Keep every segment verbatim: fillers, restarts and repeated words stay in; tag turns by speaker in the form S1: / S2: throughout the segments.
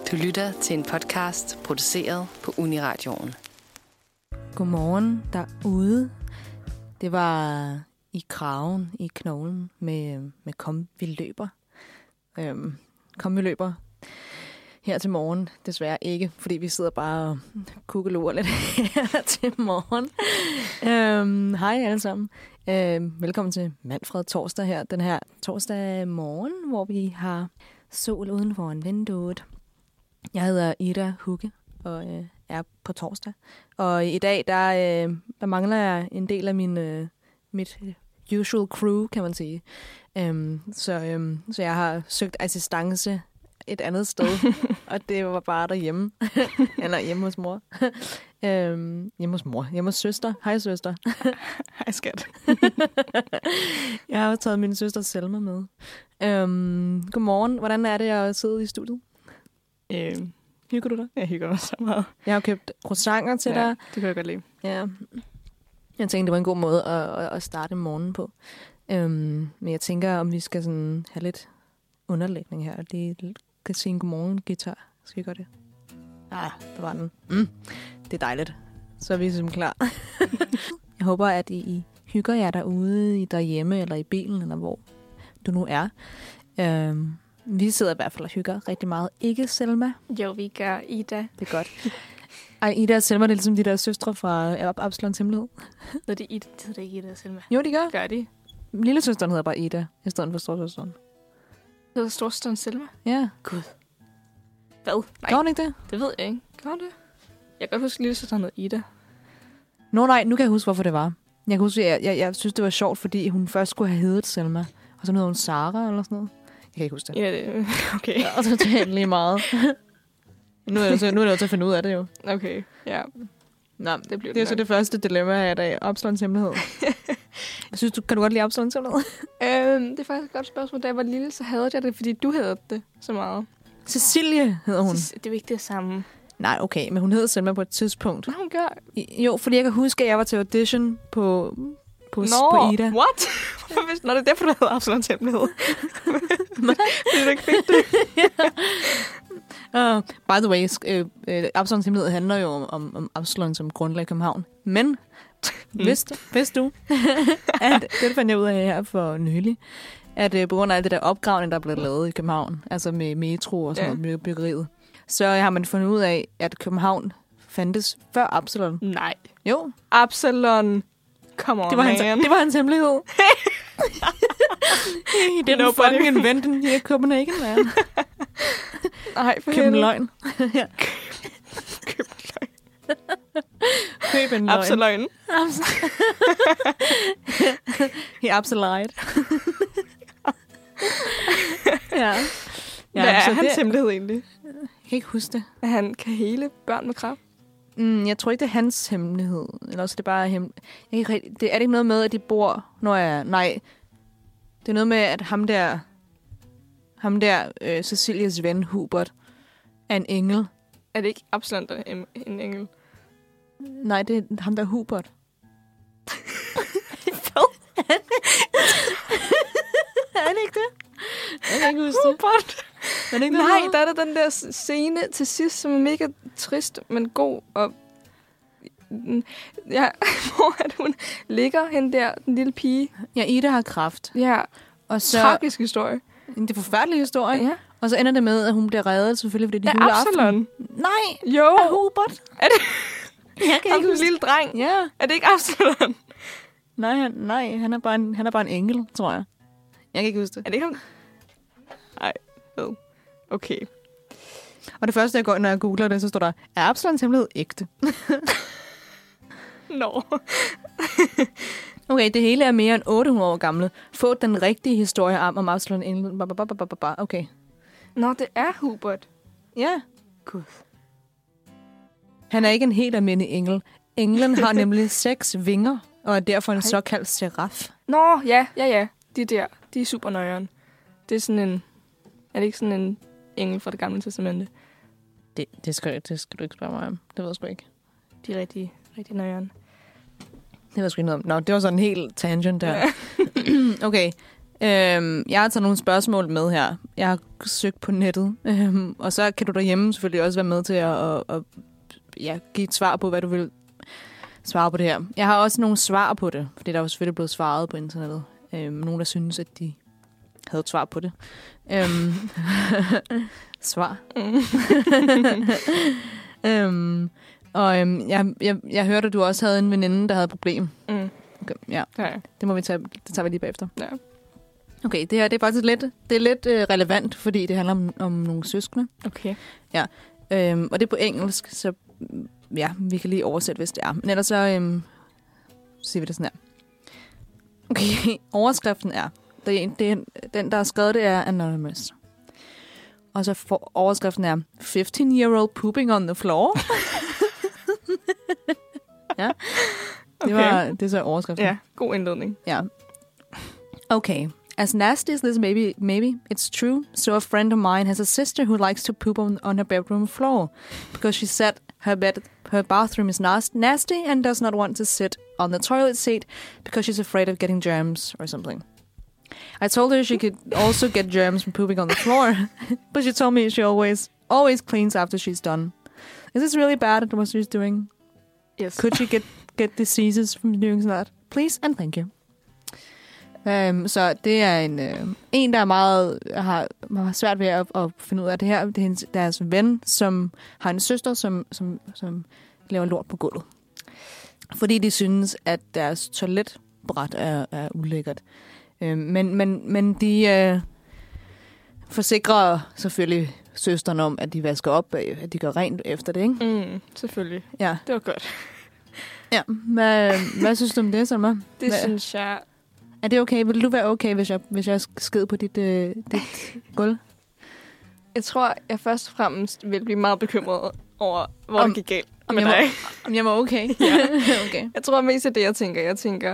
S1: Du lytter til en podcast produceret på Uniradioen.
S2: Godmorgen derude. Det var i kraven, i knoglen med, med kom, vi løber. Øhm, kom, vi løber. Her til morgen, desværre ikke, fordi vi sidder bare og kukkelover lidt her til morgen. Øhm, hej alle sammen. Øhm, velkommen til Manfred Torsdag her, den her torsdag morgen, hvor vi har sol uden foran vinduet. Jeg hedder Ida Hugge og øh, er på torsdag. Og i dag, der, øh, der mangler jeg en del af min, øh, mit usual crew, kan man sige. Øhm, så, øhm, så jeg har søgt assistance et andet sted, og det var bare derhjemme. Eller hjemme hos mor. øhm, hjemme hos mor. Hjemme hos søster. Hej søster.
S3: Hej skat.
S2: Jeg har jo taget min søster Selma med. Øhm, godmorgen. Hvordan er det at sidde i studiet?
S3: Øhm, hygger du dig? Jeg hygger mig så meget.
S2: Jeg har købt croissanter til
S3: ja,
S2: dig.
S3: det kan jeg godt lide.
S2: Ja. Jeg tænkte, det var en god måde at, at starte morgenen på. Øhm, men jeg tænker, om vi skal sådan have lidt underlægning her. Det kan sige en godmorgen guitar. Skal vi gøre det? Ah, der var den. Mm, det er dejligt. Så er vi simpelthen klar. Jeg håber, at I, I hygger jer derude, I derhjemme eller i bilen, eller hvor du nu er. Øhm, vi sidder i hvert fald og hygger rigtig meget. Ikke Selma?
S3: Jo, vi gør Ida.
S2: Det er godt. Ej, Ida og Selma, det er ligesom de der søstre fra Absalons Hemmelighed.
S3: Hedder det Ida? Det hedder ikke Ida og Selma.
S2: Jo, de gør.
S3: Gør de?
S2: Lille søsteren hedder bare Ida, i stedet for storsøsteren.
S3: Hedder storsøsteren Selma?
S2: Ja.
S3: Gud. Hvad? Nej,
S2: Gør hun ikke det?
S3: det ved jeg ikke. Gør det? Jeg kan godt huske, at lille søsteren hed Ida.
S2: Nå nej, nu kan jeg huske, hvorfor det var. Jeg kan huske, jeg, jeg, jeg synes, det var sjovt, fordi hun først skulle have heddet Selma. Og så hed hun Sara eller sådan noget. Jeg kan ikke huske det.
S3: Ja, det okay.
S2: Ja, og så talte lige meget. nu, er det jo, nu er det jo til at finde ud af det jo.
S3: Okay, ja.
S2: Nå,
S3: det bliver
S2: det er så det første dilemma her i dag. Absalons Hemmelighed. Synes du, kan du godt lide Absalons Hemmelighed?
S3: øhm, det er faktisk et godt spørgsmål. Da jeg var lille, så havde jeg det, fordi du havde det så meget.
S2: Cecilie hedder hun.
S3: Det er jo ikke det samme.
S2: Nej, okay, men hun hed Selma på et tidspunkt.
S3: Hvad hun gør?
S2: Jo, fordi jeg kan huske, at jeg var til audition på, på,
S3: Nå,
S2: på Ida.
S3: what? Nå, det er derfor, du hedder Absalons Hemmelighed. Det er ikke fedt, det.
S2: Uh, by the way, uh, uh, Absalons Hemmelighed handler jo om, om, om Absalon som grundlag i København. Men, mm. vidste, vidste du, at det fandt jeg ud af her for nylig, at uh, på grund af alt det der opgravning, der er blevet lavet i København, altså med metro og sådan ja. noget, byggeriet, så har man fundet ud af, at København fandtes før Absalon.
S3: Nej.
S2: Jo.
S3: Absalon. Come on,
S2: det var
S3: man.
S2: Hans, det var hans hemmelighed. Det er no fucking inventing here i Copenhagen, man.
S3: Nej, for
S2: Køb en løgn. Ja.
S3: Køb en løgn.
S2: Køb en løgn.
S3: Absalon.
S2: He absolite. Ja.
S3: Ja, hvad er hans det... hemmelighed egentlig?
S2: Jeg kan ikke huske det.
S3: At han kan hele børn med kræft?
S2: Mm, jeg tror ikke, det er hans hemmelighed. Eller også det er bare hem... jeg kan ikke... det er det ikke noget med, at de bor... Når jeg... Nej. Det er noget med, at ham der... Ham der, øh, Cecilias ven, Hubert, er en engel.
S3: Er det ikke Absalon, der er en, en engel?
S2: Nej, det er ham der, Hubert.
S3: Hvad?
S2: Er det ikke det? Jeg kan ikke huske det.
S3: Hubert?
S2: Er det ikke
S3: Nej,
S2: noget?
S3: der er der den der scene til sidst, som er mega trist, men god. Og ja, hvor at hun ligger hen der, den lille pige.
S2: Ja, Ida har kræft.
S3: Ja,
S2: og så
S3: tragisk historie.
S2: Det er forfærdelig historie.
S3: Ja.
S2: Og så ender det med, at hun bliver reddet, selvfølgelig, fordi det er juleaften.
S3: Absalon?
S2: Nej,
S3: jo.
S2: er Hubert.
S3: Er det?
S2: Jeg kan
S3: ikke
S2: ikke
S3: en lille dreng.
S2: Ja.
S3: Er det ikke Absalon?
S2: Nej, han, nej han, er bare en, han er bare en engel, tror jeg. Jeg kan ikke huske det.
S3: Er det ikke ham? Nej, ved. Okay.
S2: Og det første, jeg går, når jeg googler det, så står der, er Absalons hemmelighed ægte?
S3: Nå.
S2: Okay, det hele er mere end otte hundrede år gamle. Få den rigtige historie om, om Absalon engel. Okay.
S3: Nå, det er Hubert.
S2: Ja.
S3: Gud.
S2: Han er ikke en helt almindelig engel. Englen har nemlig seks vinger, og er derfor en Ej. såkaldt seraf.
S3: Nå, ja, ja, ja. De der, de er super nøjeren. Det er sådan en... Er det ikke sådan en engel fra det gamle testamente?
S2: Det, det, skal, det skal du ikke spørge mig om. Det ved jeg sgu ikke.
S3: De er rigtig, rigtig nøjeren.
S2: Det ved jeg sgu ikke noget om. Nå, det var sådan en helt tangent der. Okay. Øhm, jeg har taget nogle spørgsmål med her. Jeg har søgt på nettet. Øhm, og så kan du derhjemme selvfølgelig også være med til at, at, at ja, give et svar på, hvad du vil svare på det her. Jeg har også nogle svar på det, fordi der er jo selvfølgelig blevet svaret på internettet. Øhm, nogen, der synes, at de havde et svar på det. Øhm, svar. Mm. øhm, og øhm, jeg, jeg, jeg hørte, at du også havde en veninde, der havde et problem.
S3: Mm.
S2: Okay, ja,
S3: ja.
S2: Det må vi tage, det tager vi lige bagefter.
S3: Ja.
S2: Okay, det her det er faktisk lidt, det er lidt øh, relevant, fordi det handler om, om nogle søskende.
S3: Okay.
S2: Ja, øhm, og det er på engelsk, så ja, vi kan lige oversætte, hvis det er. Men ellers så øhm, siger vi det sådan her. Okay, overskriften er, det er, det er, den, der har skrevet det, er Anonymous. Og så for, overskriften er fifteen-year-old pooping on the floor. Ja, det, var, det er så overskriften.
S3: Ja, god indledning.
S2: Ja. Okay. As nasty as this maybe, maybe it's true. So a friend of mine has a sister who likes to poop on, on her bedroom floor because she said her bed, her bathroom is nas- nasty and does not want to sit on the toilet seat because she's afraid of getting germs or something. I told her she could also get germs from pooping on the floor, but she told me she always, always cleans after she's done. Is this really bad at what she's doing?
S3: Yes.
S2: Could she get, get diseases from doing that? Please and thank you. Um, så det er en, øh, en der er meget, har, har svært ved at, at finde ud af det her. Det er hendes, deres ven, som har en søster, som, som, som laver lort på gulvet. Fordi de synes, at deres toiletbræt er, er ulækkert. Um, men, men, men de øh, forsikrer selvfølgelig søsteren om, at de vasker op, at de gør rent efter det, ikke?
S3: Mm, selvfølgelig.
S2: Ja.
S3: Det var godt.
S2: Ja. Hvad, hvad synes du om det, Salma?
S3: Det
S2: hvad?
S3: synes jeg...
S2: Er det okay? Vil du være okay, hvis jeg, hvis jeg sked på dit, øh, dit gulv?
S3: Jeg tror, jeg først og fremmest vil blive meget bekymret over, hvor om, det gik galt
S2: om
S3: med
S2: jeg
S3: dig.
S2: Må, om jeg var okay?
S3: Ja.
S2: Okay.
S3: Jeg tror mest af det, jeg tænker. Jeg tænker...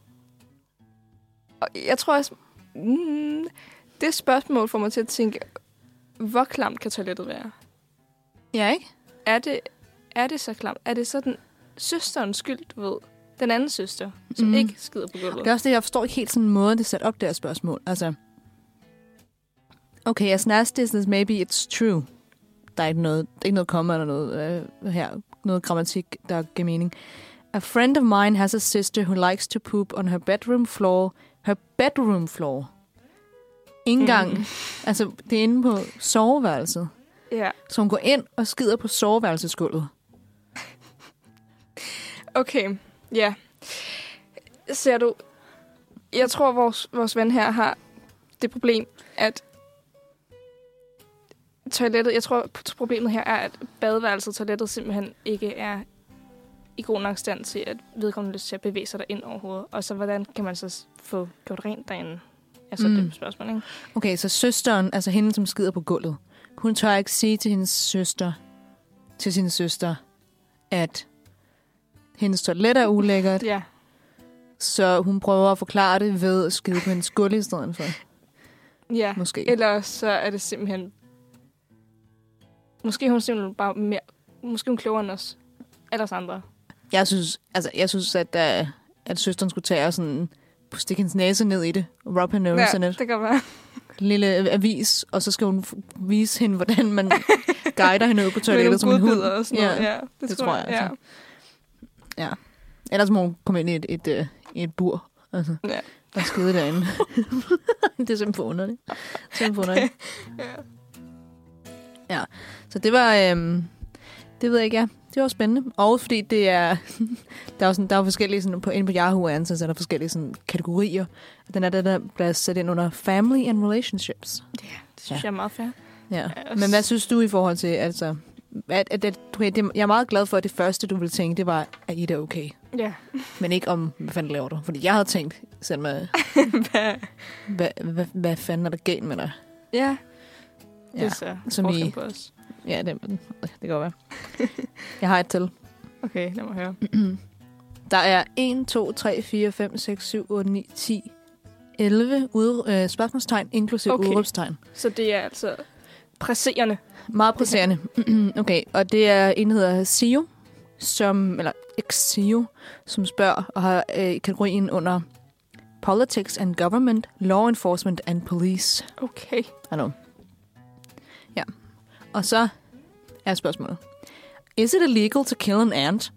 S3: Og jeg tror også... Mm, det spørgsmål får mig til at tænke, hvor klamt kan toilettet være?
S2: Ja, ikke?
S3: Er det, er det så klamt? Er det så den søsterens skyld, du ved? Den anden søster, som mm. ikke skider på gulvet.
S2: Det er også det, jeg forstår ikke helt sådan en måde, det er sat op, det her spørgsmål. Altså, okay, as nasty as this, maybe it's true. Der er ikke noget, der er ikke noget komma eller noget øh, her, noget grammatik, der giver mening. A friend of mine has a sister who likes to poop on her bedroom floor. Her bedroom floor. Ingen gang. Mm. Altså, det er inde på soveværelset.
S3: Ja. Yeah.
S2: Så hun går ind og skider på soveværelsesgulvet.
S3: Okay, ja. Yeah. Ser du, jeg tror, vores, vores ven her har det problem, at toilettet, jeg tror, problemet her er, at badeværelset og toilettet simpelthen ikke er i god nok stand til, at vedkommende lyst til at bevæge sig derind overhovedet. Og så, hvordan kan man så få gjort rent derinde? Altså, mm. det er spørgsmål, ikke? Okay, så søsteren, altså hende, som skider på gulvet, hun tør ikke sige til hendes søster, til sin søster, at hendes toilet er ulækkert. Ja. Så hun prøver at forklare det ved at skide på hendes gulv i stedet for. Ja, måske. Eller så er det simpelthen... Måske hun simpelthen bare mere... Måske hun klogere end os. Eller os andre. Jeg synes, altså, jeg synes at, uh, at søsteren skulle tage og sådan... stikke hendes næse ned i det. Rub her nose ja, in it. Det kan være. En lille avis, og så skal hun vise hende, hvordan man guider hende ud på toilettet som en hund. Og sådan noget. Ja, ja, det, det tror jeg. jeg altså. Ja. Ja. Ellers må hun komme ind i et, et, et, et bur. Altså, ja. Der skide derinde. Det er simpelthen for underligt. Simpelthen for underligt. Ja. Ja. Så det var... Øhm, det ved jeg ikke, ja. Det var spændende. Og fordi det er... der er jo sådan, der er forskellige... Sådan, på, inde på Yahoo Answers er der forskellige sådan, kategorier. Den er der, der bliver sat ind under family and relationships. Ja, det synes ja. jeg er meget fair. Ja. Men hvad synes du i forhold til... Altså, at, at, at, okay, det, jeg er meget glad for, at det første, du ville tænke, det var, at I er okay. Ja. Men ikke om, hvad fanden laver du? Fordi jeg havde tænkt, selv med... hvad? Hvad, hvad, hvad fanden er der galt med dig? Ja. Det er så forskel på os. Ja, det, det kan godt være. Jeg har et til. Okay, lad mig høre. Der er et, to, tre, fire, fem, seks, syv, otte, ni, ti, elleve ud, øh, spørgsmålstegn, inklusive okay. udråbstegn. Så det er altså presserende? Meget presserende. Okay, og det er en, der hedder Sio, som, eller Xio, som spørger og har øh, kategorien under
S2: politics and government, law enforcement and police.
S3: Okay.
S2: I know. Ja. Og så er spørgsmålet. Is it illegal to kill an ant?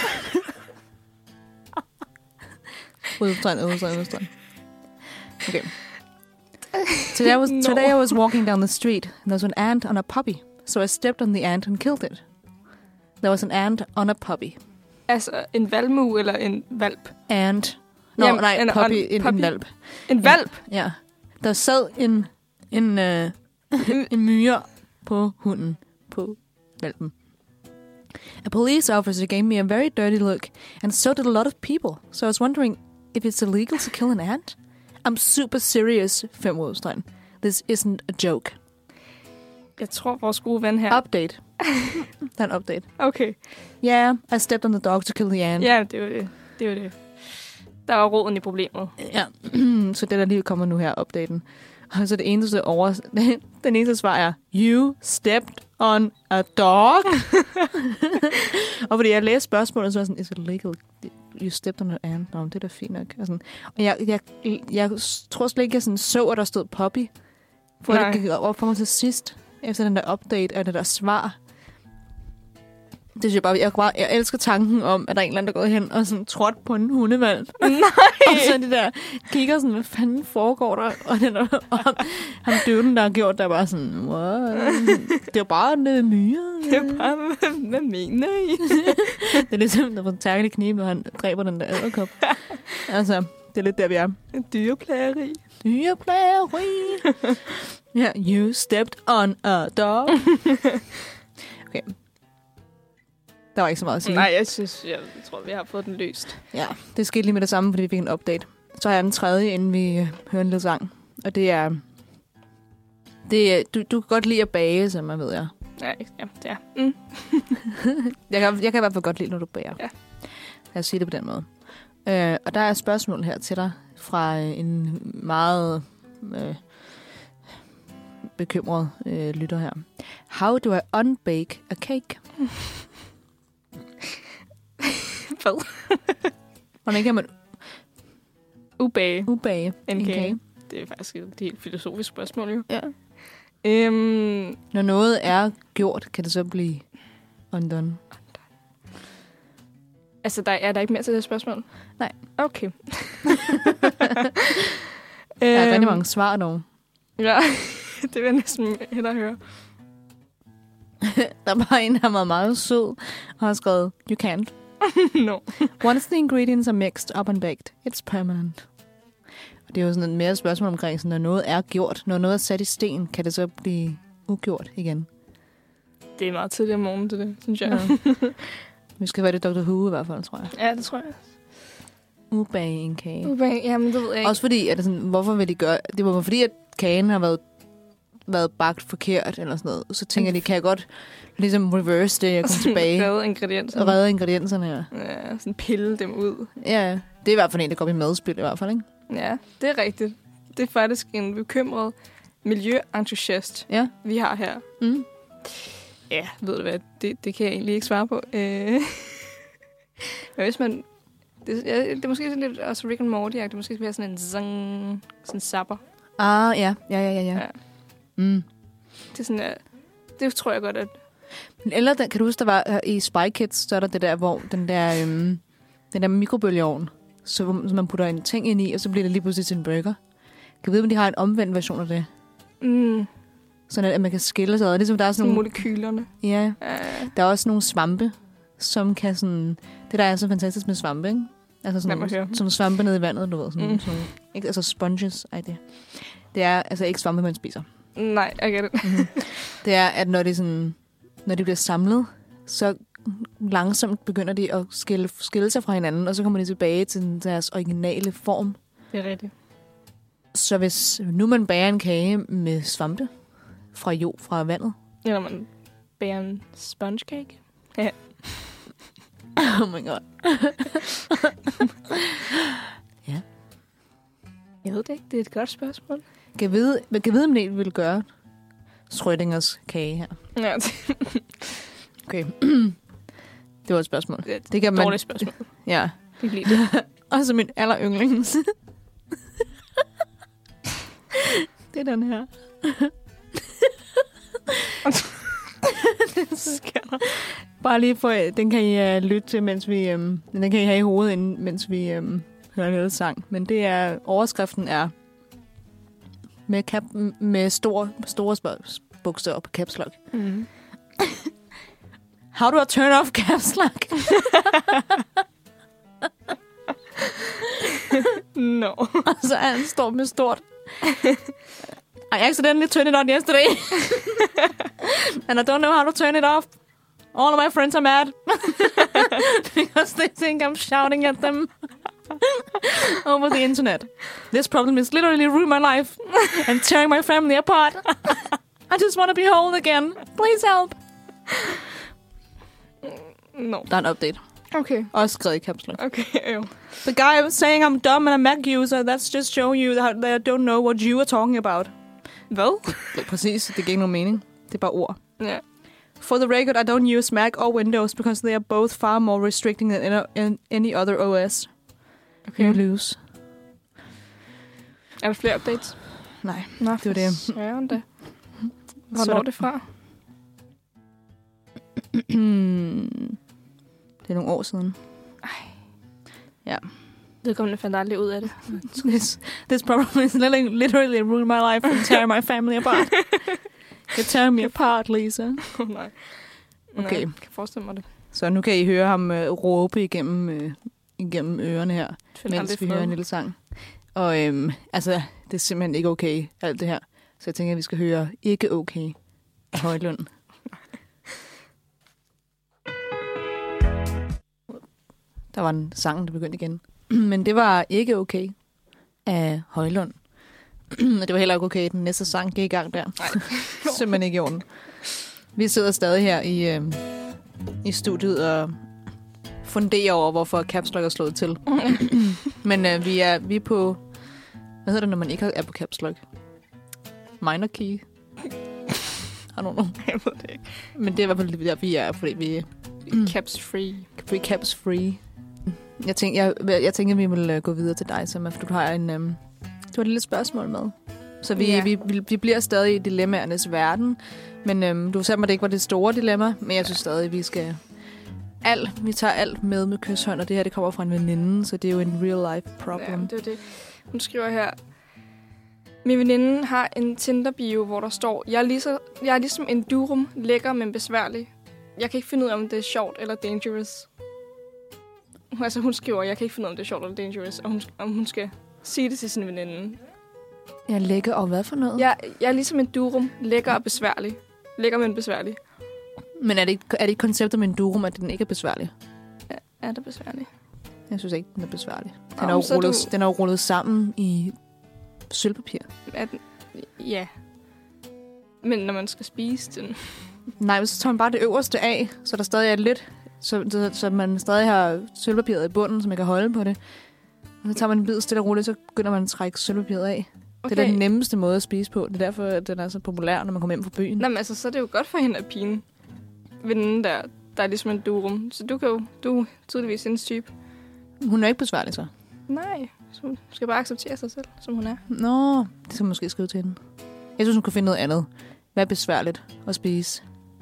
S2: Udstræn, udstræn, udstræn. Okay. Today I was no. today I was walking down the street and there was an ant on a puppy. So I stepped on the ant and killed it. There was an ant on a puppy.
S3: Altså en valmue eller en valp?
S2: Ant. Nå, no, nej, en, puppy, en, puppy. En valp.
S3: En valp?
S2: Ja. ja. Der sad en, en, øh, en myre på hunden, på valpen. A police officer gave me a very dirty look, and so did a lot of people. So I was wondering if it's illegal to kill an ant? I'm super serious, fem udstregn. This isn't a joke.
S3: Jeg tror, vores gode ven her...
S2: Update. Der er en update.
S3: Okay.
S2: Yeah, I stepped on the dog to kill the ant.
S3: Ja, det var det. Det var det. Der var roden i problemet.
S2: Ja, så det der lige kommer nu her, updaten. Og så det eneste over... Den eneste svar er, you stepped on a dog. Og fordi jeg læste spørgsmålet, så var jeg sådan, is it legal? You stepped on an ant. Nå, det er da fint nok. Og, sådan. og jeg, jeg, jeg tror slet ikke, jeg sådan så, at der stod puppy. For Nej. det gik op for mig til sidst, efter den der update og det der svar. Det synes jeg bare, jeg, bare, jeg elsker tanken om, at der er en eller anden, der går hen og sådan trådt på en hundevalg.
S3: Nej!
S2: Og så de der kigger sådan, hvad fanden foregår der? Og, den der, og ham, ham døden, der har gjort, der er bare sådan, what? Det er bare en uh, myre.
S3: Det er bare, hvad, hvad mener I?
S2: Det er ligesom, der var tærket i knibe, og han dræber den der æderkop. Altså, det er lidt der, vi er.
S3: En dyreplageri.
S2: Dyreplageri. Ja, yeah, you stepped on a dog. Okay. Der var ikke så meget at sige.
S3: Nej, jeg synes, jeg tror, vi har fået den løst.
S2: Ja, det skete lige med det samme, fordi vi fik en update. Så har jeg den tredje, inden vi øh, hører en lille sang. Og det er... Det er du, du kan godt lide at bage, som man ved jeg.
S3: Ja, ja, det er. Mm.
S2: jeg, kan, jeg kan i hvert fald godt lide, når du bager.
S3: Ja.
S2: Jeg siger det på den måde. Øh, og der er et spørgsmål her til dig fra øh, en meget øh, bekymret øh, lytter her. How do I unbake a cake?
S3: Hvad?
S2: Hvordan kan man
S3: ubage
S2: ubage
S3: en
S2: en
S3: kage?
S2: kage?
S3: Det er faktisk et helt filosofisk spørgsmål, jo.
S2: Ja.
S3: Øhm,
S2: Når noget er gjort, kan det så blive undone?
S3: Altså, der er der ikke mere til det spørgsmål?
S2: Nej.
S3: Okay.
S2: Der er rigtig mange svar dog.
S3: Ja, det vil jeg næsten hellere høre.
S2: Der er bare en, der er meget, meget sød og har skrevet, you can't.
S3: No.
S2: Once the ingredients are mixed up and baked, it's permanent. Og det er jo sådan et mere spørgsmål omkring, sådan, når noget er gjort, når noget er sat i sten, kan det så blive ugjort igen?
S3: Det er meget tidligt om morgenen til det, synes jeg.
S2: Ja. Vi skal være det doktor Who i hvert fald, tror jeg.
S3: Ja, det tror jeg.
S2: Ubage en kage.
S3: Ubage, jamen det ved jeg ikke.
S2: Også fordi, at det sådan, hvorfor vil de gøre... Det var fordi, at kagen har været, været bagt forkert, eller sådan noget. Så tænker de, kan jeg godt ligesom reverse det, jeg kommer tilbage.
S3: Redde ingredienserne.
S2: Og redde ingredienserne, ja.
S3: Ja, sådan pille dem ud.
S2: Ja, det er i hvert fald en, der går i madspil i hvert fald, ikke?
S3: Ja, det er rigtigt. Det er faktisk en bekymret miljøentusiast,
S2: ja.
S3: vi har her.
S2: Mm.
S3: Ja, ved du hvad, det, det kan jeg egentlig ikke svare på. Øh. Men hvis man... Det, ja, det er måske sådan lidt også Rick and Morty, det måske være sådan en zang, sådan en zapper.
S2: Ah, ja, ja, ja, ja. ja.
S3: ja.
S2: Mm.
S3: Det er sådan, at, det tror jeg godt, at...
S2: Eller, kan du huske, der var i Spy Kids, så er der det der, hvor den der, øhm, den der mikrobølgeovn, så, så man putter en ting ind i, og så bliver det lige pludselig til en burger. Kan du vide, om de har en omvendt version af det?
S3: Mm.
S2: Sådan at man kan skille sig ad. Ligesom der er sådan nogle
S3: molekylerne.
S2: Ja.
S3: Uh.
S2: Der er også nogle svampe, som kan sådan... Det der er så fantastisk med svampe, ikke? Altså sådan nogle, som svampe nede i vandet, du ved. Sådan, mm. sådan, ikke? Altså sponges, ej det. Det er altså ikke svampe, man spiser.
S3: Nej, jeg get it.
S2: Mm-hmm. Det er, at når det sådan... Når de bliver samlet, så langsomt begynder de at skille, skille sig fra hinanden, og så kommer de tilbage til deres originale form.
S3: Det er rigtigt.
S2: Så hvis nu man bager en kage med svampe fra jo, fra vandet.
S3: Eller man bager en sponge cake. Ja.
S2: Oh my god. Ja.
S3: Jeg ved det ikke. Det er et godt spørgsmål.
S2: Kan jeg vide, kan jeg vide om det vil gøre Schrödingers kage her?
S3: Ja.
S2: Okay. Det var et spørgsmål.
S3: Det er et
S2: det kan man...
S3: dårligt spørgsmål.
S2: Ja.
S3: Det kan lide det.
S2: Og så min aller yndlings. Det er den her. Bare lige for, den kan I uh, lytte til, mens vi, um, den kan I have i hovedet, inden, mens vi um, hører noget sang. Men det er, overskriften er med, cap, med store, store bogstaver på caps lock. Mm. How do I turn off caps lock?
S3: No.
S2: Og så er han står med stort. I accidentally turned it on yesterday. And I don't know how to turn it off. All of my friends are mad. Because they think I'm shouting at them over the internet. This problem is literally ruining my life and tearing my family apart. I just want to be whole again. Please help.
S3: No.
S2: Der er en update.
S3: Okay.
S2: Også skrevet i caps lock.
S3: Okay, jo.
S2: The guy was saying I'm dumb and a Mac user. That's just showing you that I don't know what you are talking about.
S3: Hvad?
S2: Det, præcis, det giver ikke nogen mening. Det er bare ord.
S3: Ja. Yeah.
S2: For the record, I don't use Mac or Windows because they are both far more restricting than any other O S.
S3: Okay.
S2: You lose.
S3: Er der flere updates?
S2: Nej,
S3: Nå,
S2: det var det.
S3: Søren da. Hvornår er det fra?
S2: Det er nogle år siden.
S3: Ej.
S2: Ja.
S3: Vedkommende fandt aldrig ud af det.
S2: this, this problem is literally, literally ruining my life and tearing my family apart. You're tearing me apart, Lisa.
S3: Oh, nej.
S2: Okay.
S3: Nej, jeg kan forestille mig det.
S2: Så nu kan I høre ham uh, råbe igennem, uh, igennem ørerne her, mens vi hører en lille sang. Og øhm, altså, det er simpelthen ikke okay, alt det her. Så jeg tænker, at vi skal høre Ikke Okay af Højlund. Der var en sang, der begyndte igen. Men det var Ikke Okay af Højlund. Og det var heller ikke okay, den næste sang gik i gang der.
S3: Nej.
S2: Simpelthen ikke i orden. Vi sidder stadig her i, øh, i studiet og funderer over, hvorfor caps lock er slået til. Men øh, vi, er, vi er på... Hvad hedder det, når man ikke er på caps lock? Minor key? I don't know.
S3: Jeg ved det ikke.
S2: Men det er i hvert fald der, vi er, fordi vi er...
S3: Caps free.
S2: Vi er caps free. Jeg tænkte, jeg, jeg tænkte, at vi vil gå videre til dig, Selma, for du har en... Um, du har et lille spørgsmål med. Så vi, yeah. vi, vi, vi bliver stadig i dilemmaernes verden. Men øhm, du sagde mig, at det ikke var det store dilemma. Men jeg synes stadig, at vi skal... Alt, vi tager alt med med kysshånd, og det her det kommer fra en veninde, så det er jo en real life problem.
S3: Ja, det er det. Hun skriver her... Min veninde har en Tinder-bio, hvor der står... Jeg er, ligesom, jeg er ligesom en durum, lækker, men besværlig. Jeg kan ikke finde ud af, om det er sjovt eller dangerous. Altså, hun skriver, jeg kan ikke finde ud af, om det er sjovt eller dangerous, og hun, om hun skal sige det til sin veninde.
S2: Jeg er lækker, og hvad for noget?
S3: Jeg, jeg er ligesom en durum, lækker og besværlig. Lækker, men besværlig.
S2: Men er det, ikke, er det ikke konceptet med en durum, at den ikke er besværlig?
S3: Ja, er det besværlig?
S2: Jeg synes ikke, den er besværlig. Den,
S3: Om,
S2: er, jo rullet,
S3: du...
S2: den er jo rullet sammen i sølvpapir.
S3: Er den... Ja. Men når man skal spise den...
S2: Nej, så tager man bare det øverste af, så der stadig er lidt, så, så, så man stadig har sølvpapiret i bunden, så man kan holde på det. Og så tager man en bid stille og roligt, så begynder man at trække sølvpapiret af. Okay. Det er den nemmeste måde at spise på. Det er derfor, at den er så populær, når man kommer hjem fra byen.
S3: Nå, men altså, så er det jo godt for hende at pine. Veninden der, der er ligesom en durum. Så du kan jo, du er tydeligvis hendes type.
S2: Hun er ikke besværlig, så?
S3: Nej, så hun skal bare acceptere sig selv, som hun er.
S2: Nå, det skal man måske skrive til hende. Jeg synes, hun kunne finde noget andet. Hvad er besværligt at spise?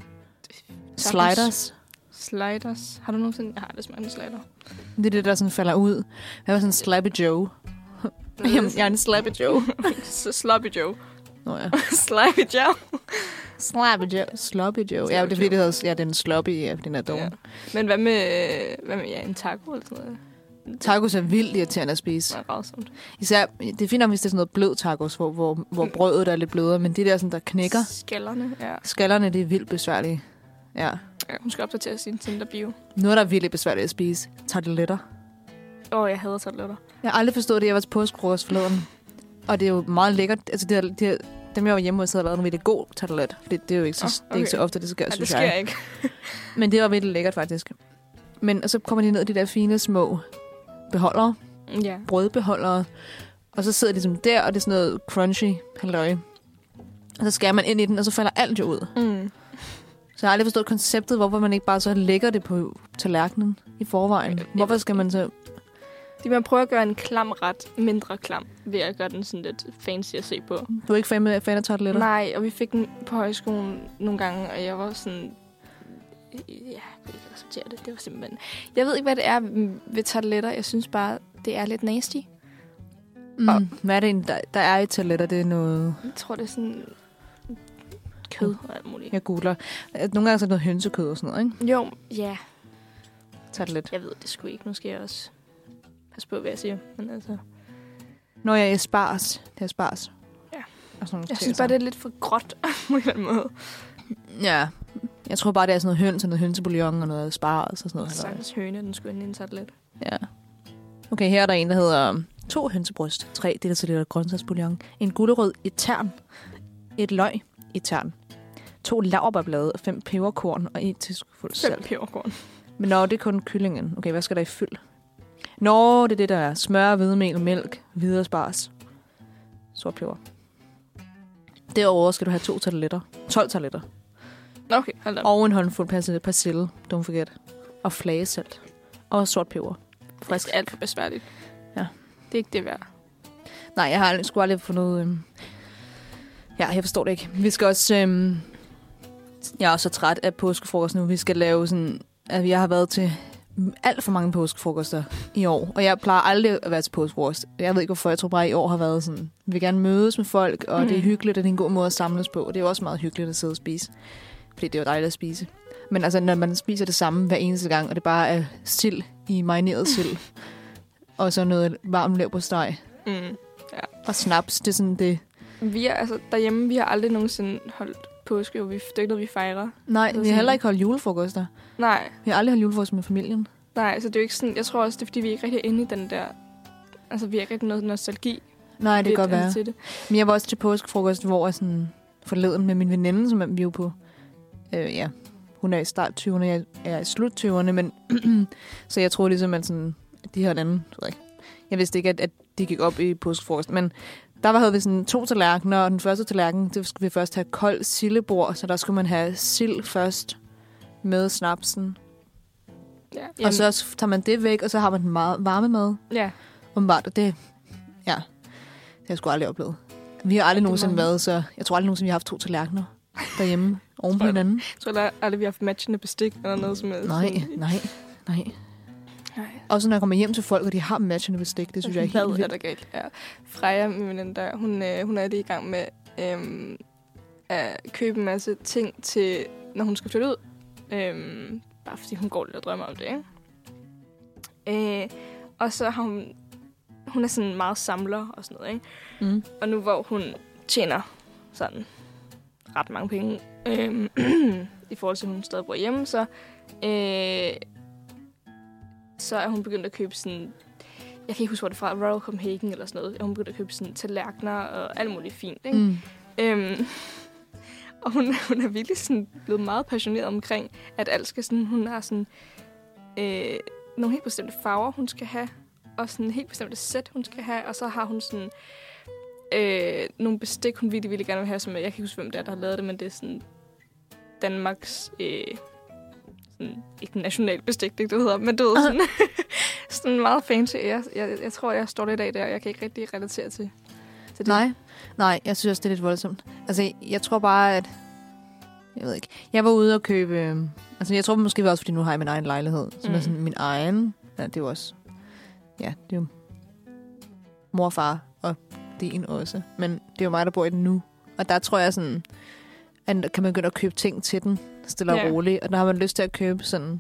S2: Sliders?
S3: Sliders. Har du nogensinde... Jeg har aldrig smagt en slider.
S2: Det er det, der sådan falder ud. Hvad var sådan en Slappy Joe? Jamen, jeg er en Slappy Joe.
S3: Sloppy Joe.
S2: Nå ja.
S3: Slappy Joe.
S2: Slappy Joe. Sloppy Joe. Ja, det er fordi, det hedder... Ja, den sloppy, ja, den er dog. Ja.
S3: Men hvad med... Hvad med, ja, en taco eller sådan noget?
S2: Tacos er vildt irriterende at spise.
S3: Det er rædsomt.
S2: Især, det er fint, hvis det er sådan noget blød tacos, hvor, hvor, hvor brødet er lidt blødere, men det der, sådan, der knækker.
S3: Skallerne, ja.
S2: Skallerne, det er vildt besværlige. Ja.
S3: Ja, hun skal opdatere sin Tinder-bio.
S2: Noget, der er virkelig besværligt at spise. Tarteletter.
S3: Åh, oh, jeg hader tarteletter.
S2: Jeg har aldrig forstået det. Jeg var til påskefrokost forleden. Og det er jo meget lækkert. Altså, det er, det er, dem, jeg var hjemme hos, havde lavet en virkelig god tartelet. For det, det er jo ikke så, oh, okay. det er ikke så ofte, det sker, ja, synes
S3: det sker jeg. ikke.
S2: Men det var virkelig lækkert, faktisk. Men og så kommer de ned i de der fine små beholdere.
S3: Ja.
S2: Brødbeholdere. Og så sidder de som der, og det er sådan noget crunchy halløj. Og så skærer man ind i den, og så falder alt jo ud.
S3: Mm.
S2: Så jeg har aldrig forstået konceptet, hvorfor man ikke bare så lægger det på tallerkenen i forvejen. Hvorfor skal man så...
S3: De man prøver at gøre en klam ret mindre klam, ved at gøre den sådan lidt fancy at se på.
S2: Du er ikke fan, med, fan af tarteletter?
S3: Nej, og vi fik den på højskolen nogle gange, og jeg var sådan... Ja, jeg kunne ikke acceptere det. Det var simpelthen... Jeg ved ikke, hvad det er ved tarteletter. Jeg synes bare, det er lidt nasty.
S2: Mm. Og hvad er det, der, der er i tarteletter? Det er noget...
S3: Jeg tror, det er sådan... kød og alt muligt.
S2: Jeg googler. Nogle gange er det noget hønsekød og sådan noget, ikke?
S3: Jo, ja.
S2: Tartelet.
S3: Jeg ved det sgu ikke. Nu skal jeg også passe på, hvad jeg siger. Men altså...
S2: Når jeg er spars. Det er spars.
S3: Ja.
S2: Og sådan
S3: jeg synes bare, det er lidt for gråt på en eller anden måde.
S2: Ja. Jeg tror bare, det er sådan noget høns og noget hønsebouillon og noget spars og sådan noget.
S3: Sagtens høne, den skulle ind i en tartelet.
S2: Ja. Okay, her er der en, der hedder to hønsebryst, tre deciliter grøntsagsbouillon, en gulerod i tern, et løg i tern, to laurbærblade, fem peberkorn og en teskefuld salt.
S3: Fem peberkorn.
S2: Men nå, det er kun kyllingen. Okay, hvad skal der i fyld? Nå, det er det, der er smør, hvedemel, mælk, videre spars. Sort peber. Derover skal du have to tarteletter. tolv tarteletter.
S3: Okay, hold da.
S2: Og en håndfuld persille, don't forget. Og flagesalt. Og sort peber.
S3: Frisk. Det er alt for besværligt.
S2: Ja.
S3: Det er ikke det værd.
S2: Nej, jeg har aldrig, sgu aldrig få noget... Øhm... Ja, jeg forstår det ikke. Vi skal også... Øhm... Jeg er også så træt af påskefrokost nu. Vi skal lave sådan... At jeg har været til alt for mange påskefrokoster i år. Og jeg plejer aldrig at være til påskefrokost. Jeg ved ikke, hvorfor. Jeg tror bare, i år har været sådan... Vi vil gerne mødes med folk, og mm. det er hyggeligt, og det er en god måde at samles på. Og det er også meget hyggeligt at sidde og spise. Fordi det er jo dejligt at spise. Men altså, når man spiser det samme hver eneste gang, og det bare er sild i marineret sild, og så noget varmt leverpostej,
S3: mm, ja.
S2: og snaps, det er sådan det...
S3: Vi er, altså, derhjemme, vi har aldrig nogensinde holdt påske, og vi, det er ikke noget, vi fejrer.
S2: Nej, vi har
S3: sådan...
S2: heller ikke holdt julefrokoster.
S3: Nej.
S2: Vi har aldrig holdt julefrokost med familien.
S3: Nej, så det er jo ikke sådan... Jeg tror også, det er, fordi vi er ikke rigtig inde i den der... Altså, vi har ikke rigtig noget nostalgi.
S2: Nej, det kan godt være. Det. Men jeg var også til påskefrokost, hvor jeg sådan forleden med min veninde, som vi jo på... Øh, ja, hun er i start tyverne, jeg er i slut tyverne, men så jeg tror ligesom, at sådan, de her anden, jeg, jeg vidste ikke, at, at de gik op i påskefrokost, men der var, havde vi sådan to tallerkener, og den første tallerken, det skulle vi først have kold sildebord, så der skulle man have sild først med snapsen. Ja, og så tager man det væk, og så har man den meget varme mad.
S3: Ja.
S2: Umiddelbart, og det, ja, det har jeg sgu aldrig oplevet. Vi har aldrig ja, nogensinde været, så jeg tror aldrig nogensinde, vi har haft to tallerkener derhjemme oven på hinanden.
S3: Jeg tror aldrig, aldrig, vi har haft matchende bestik eller noget som helst.
S2: Nej, nej, nej. Nej. Også når jeg kommer hjem til folk, og de har matchende bestik, det synes jeg er helt vildt.
S3: Er der galt. Ja. Freja, min veninde der, hun, øh, hun er lige i gang med øhm, at købe en masse ting til, når hun skal flytte ud. Øhm, bare fordi hun går lidt og drømmer om det, ikke? Øh, og så har hun, hun er sådan meget samler og sådan noget, ikke? Mm. Og nu hvor hun tjener sådan ret mange penge, øhm, i forhold til, at hun stadig bor hjemme, så, øh, så er hun begyndt at købe sådan, jeg kan ikke huske, hvor det er fra, Royal Copenhagen eller sådan noget, og hun begyndt at købe sådan tallerkener og alt muligt fint, ikke? Mm. Øhm, og hun, hun er virkelig sådan blevet meget passioneret omkring, at alt skal sådan, hun har sådan øh, nogle helt bestemte farver, hun skal have, og sådan helt bestemte sæt, hun skal have, og så har hun sådan øh, nogle bestik, hun virkelig, virkelig gerne vil have, som jeg kan ikke huske, hvem det er, der har lavet det, men det er sådan Danmarks, øh, sådan, ikke national bestik, det du hedder, men du ved, sådan, sådan meget fancy. Jeg, jeg, jeg tror, jeg står lidt af der, og jeg kan ikke rigtig relatere til, til det.
S2: Nej, nej, jeg synes også, det er lidt voldsomt. Altså, jeg, jeg tror bare, at jeg ved ikke, jeg var ude og købe, øh, altså jeg tror måske også, fordi nu har jeg min egen lejlighed, som mm. er sådan min egen, ja, det er jo også, ja, det er jo mor og far, og din også. Men det er jo mig, der bor i den nu. Og der tror jeg sådan, at kan man begynde at købe ting til den, stille og yeah. roligt. Og der har man lyst til at købe sådan...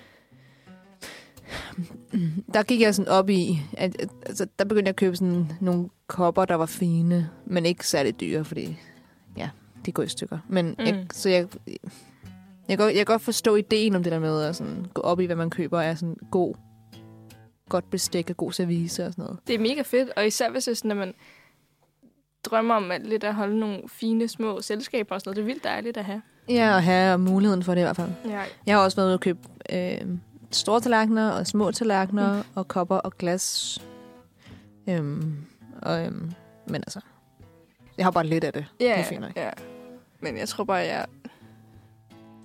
S2: Der gik jeg sådan op i, at, at altså, der begyndte jeg at købe sådan nogle kopper, der var fine, men ikke særlig dyre, fordi ja, de går i stykker. Men mm. jeg, så jeg, jeg, jeg kan godt forstå ideen om det der med at sådan, gå op i, hvad man køber, er sådan god, godt bestik og god service og sådan noget.
S3: Det er mega fedt, og især hvis det er sådan, at man drømmer om at lidt at holde nogle fine, små selskaber og sådan noget. Det er vildt dejligt at have.
S2: Ja, og have muligheden for det i hvert fald.
S3: Ja.
S2: Jeg har også været ude og købe øh, store tallerkener og små tallerkener mm. og kopper og glas. Øhm, og, øhm, men altså, jeg har bare lidt af det.
S3: Ja,
S2: det er fint nok.
S3: Ja. Men jeg tror bare, jeg...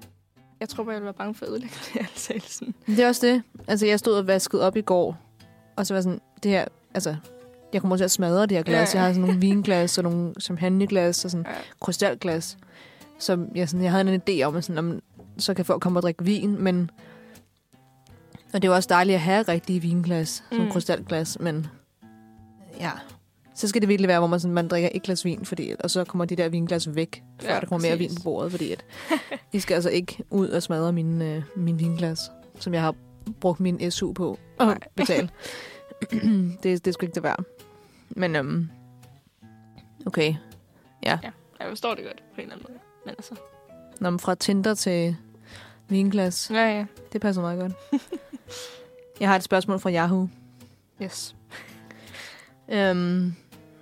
S3: Jeg tror bare, jeg ville være bange for at ødelægge det, altså sådan.
S2: Det er også det. Altså, jeg stod og vaskede op i går, og så var sådan, det her, altså, jeg kommer til at smadre det her glas. Ja, ja. Jeg har sådan nogle vinglas og nogle champagneglas og sådan ja. krystalglas, som jeg, sådan, jeg havde en idé om, at sådan, om, så kan folk komme og drikke vin, men og det er jo også dejligt at have rigtige vinglas, som mm. krystalglas, men ja, så skal det virkelig være, hvor man, sådan, man drikker et glas vin, fordi, og så kommer de der vinglas væk, før ja, der kommer mere vin på bordet, fordi at, I skal altså ikke ud og smadre min, øh, min vinglas, som jeg har brugt min S U på at betale. det, det er sgu ikke det værd. Men øhm, okay, ja.
S3: ja. Jeg forstår det godt på en eller anden måde, men altså.
S2: Når man fra Tinder til vinglas,
S3: ja, ja.
S2: Det passer meget godt. Jeg har et spørgsmål fra Yahoo.
S3: Yes.
S2: Øhm,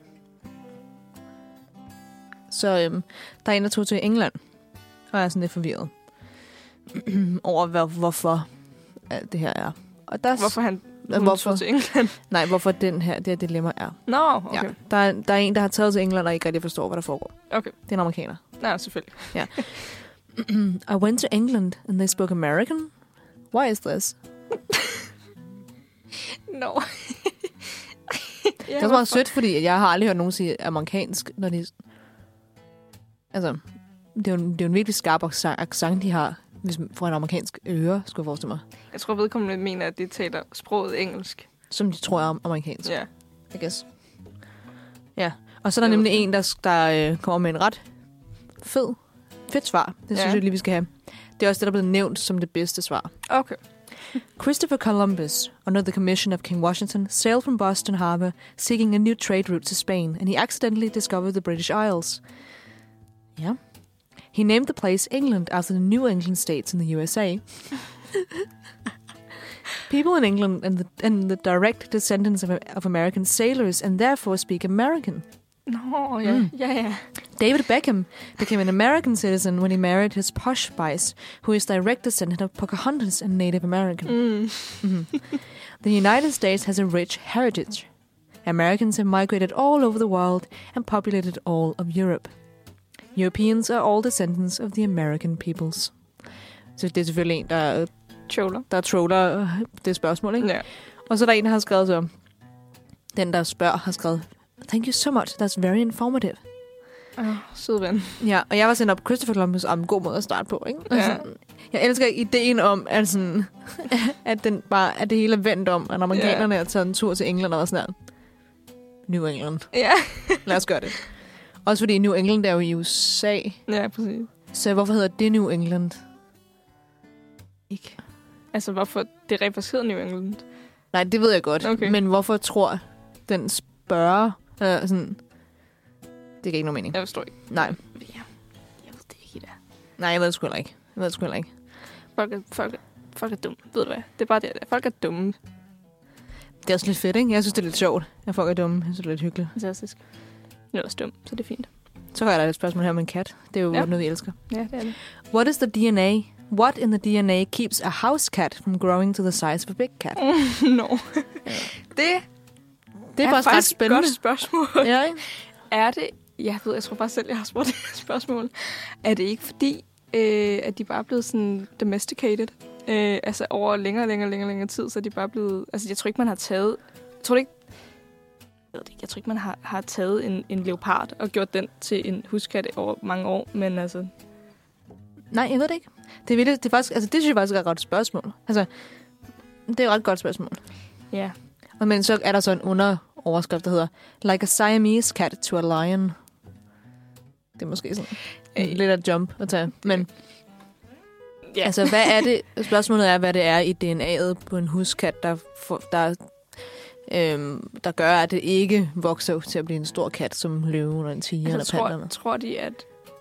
S2: så øhm, der er en, der tog til England, og jeg er sådan lidt forvirret over, hvor, hvorfor alt det her er. Og der,
S3: hvorfor han hvorfor, tog til England?
S2: Nej, hvorfor den her, det her dilemma er.
S3: Nå, no, okay.
S2: Ja, der, er, der er en, der har taget til England, og ikke rigtig forstår, hvad der foregår.
S3: Okay.
S2: Det er en amerikaner.
S3: Nej, selvfølgelig.
S2: Ja. I went to England, and they spoke American. Why is this?
S3: No.
S2: Det er også meget sødt, fordi jeg har aldrig hørt nogen sige amerikansk, når de... Altså, det er jo, det er jo en virkelig skarp accent, de har, hvis fra en amerikansk øre, skulle jeg forestille mig.
S3: Jeg tror, vedkommende mener, at de taler sproget engelsk.
S2: Som de tror er amerikansk.
S3: Ja. Yeah.
S2: I guess. Ja, og så er der nemlig en, der, der øh, kommer med en ret fed, fedt svar. Det synes yeah. jeg lige, vi skal have. Det er også det, der er blevet nævnt som det bedste svar.
S3: Okay.
S2: Christopher Columbus, under the commission of King Washington, sailed from Boston Harbor seeking a new trade route to Spain, and he accidentally discovered the British Isles. Yeah. He named the place England after the New England states in the U S A. People in England and the, and the direct descendants of, of American sailors and therefore speak American.
S3: No, yeah, mm. yeah, yeah.
S2: David Beckham became an American citizen when he married his posh spice, who is direct descendant of Pocahontas and Native American.
S3: Mm.
S2: Mm-hmm. The United States has a rich heritage. Americans have migrated all over the world and populated all of Europe. Europeans are all descendants of the American peoples. Så det er selvfølgelig en, der
S3: troller,
S2: der troller det spørgsmål, ikke?
S3: Ja.
S2: Og så er der en, der har skrevet så, den, der spørger, har skrevet, thank you so much, that's very informative.
S3: Åh, oh, sød ven.
S2: Ja, og jeg var sendt op Christopher Columbus om en god måde at starte på, ikke?
S3: Ja.
S2: Altså, jeg elsker ideen om, at, sådan, at, den bare, at det hele er vendt om, at amerikanerne har taget en tur til England og sådan der. New England.
S3: Ja.
S2: Lad os gøre det. Også fordi New England er jo i U S A.
S3: Ja, præcis.
S2: Så hvorfor hedder det New England? Ikke.
S3: Altså, hvorfor det rent hedder New England?
S2: Nej, det ved jeg godt.
S3: Okay.
S2: Men hvorfor tror den spørger... Øh, sådan, det giver ikke nogen mening.
S3: Jeg forstår ikke.
S2: Nej.
S3: Ja, jeg ved det ikke i dag.
S2: Nej, jeg ved det sgu heller ikke. Jeg ved det sgu heller ikke.
S3: Folk er, folk, er, folk er dumme. Ved du hvad? Det er bare det, der. Folk er dumme.
S2: Det er også lidt fedt, ikke? Jeg synes, det er lidt sjovt, at folk er dumme. Jeg synes, det er lidt hyggeligt.
S3: Fantastisk. Jeg er også dum, så det er fint.
S2: Så har jeg da et spørgsmål her om en kat. Det er jo
S3: ja.
S2: noget, vi elsker.
S3: Ja, det er det.
S2: What is the D N A? What in the D N A keeps a house cat from growing to the size of a big cat?
S3: Mm, no.
S2: Ja.
S3: Det,
S2: det er, er faktisk ret spændende.
S3: Et godt spørgsmål.
S2: Ja, ikke?
S3: Er det... Jeg ved, jeg tror bare selv, jeg har spurgt det her spørgsmål. Er det ikke fordi, øh, at de bare er blevet sådan domesticated? Øh, altså over længere, længere, længere, længere tid, så er de bare blevet... Altså, jeg tror ikke, man har taget... Jeg tror ikke... Jeg ved det ikke. Jeg tror ikke, man har, har taget en, en leopard og gjort den til en huskat over mange år, men altså...
S2: Nej, jeg ved det ikke. Det, er det, det, er faktisk, altså, det synes jeg faktisk er et godt spørgsmål. Altså, det er et ret godt spørgsmål.
S3: Ja.
S2: Og men så er der så en underoverskrift, der hedder Like a Siamese cat to a lion. Det er måske sådan øh, lidt af jump at tage. Men
S3: ja.
S2: Altså, hvad er det? Spørgsmålet er, hvad det er i D N A'et på en huskat, der, for, der, øhm, der gør, at det ikke vokser til at blive en stor kat, som løven eller en tiger
S3: altså,
S2: eller panderne.
S3: Tror, tror de, at...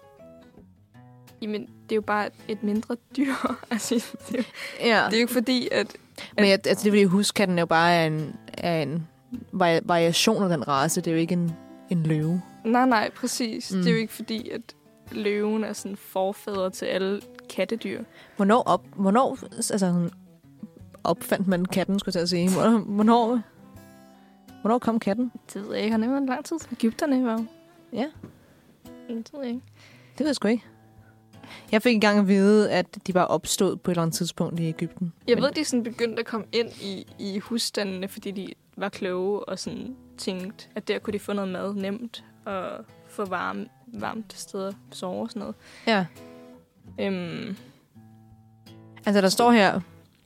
S3: Jamen, det er jo bare et mindre dyr. altså, det, er jo, ja. det er jo ikke fordi, at... at
S2: Men jeg, altså, det er fordi, huskatten er jo bare en, er en vari- variation af den race. Det er jo ikke en, en løve.
S3: Nej, nej, præcis. Mm. Det er jo ikke fordi, at løven er sådan forfædre til alle kattedyr.
S2: Hvornår, op, hvornår altså, opfandt man katten, skulle jeg sige? Hvornår, hvornår kom katten?
S3: Det ved jeg ikke. Har det været en lang tid? Egypterne var jo.
S2: Ja.
S3: Det ved jeg ikke.
S2: Det ved jeg sgu ikke. Jeg fik engang at vide, at de bare opstod på et eller andet tidspunkt i Egypten.
S3: Jeg
S2: Men...
S3: ved, de sådan begyndte at komme ind i, i husstandene, fordi de var kloge og sådan tænkte, at der kunne de få noget mad nemt og få varme, varmt sted at sove og sådan noget.
S2: Ja.
S3: Øhm.
S2: Altså, der står her,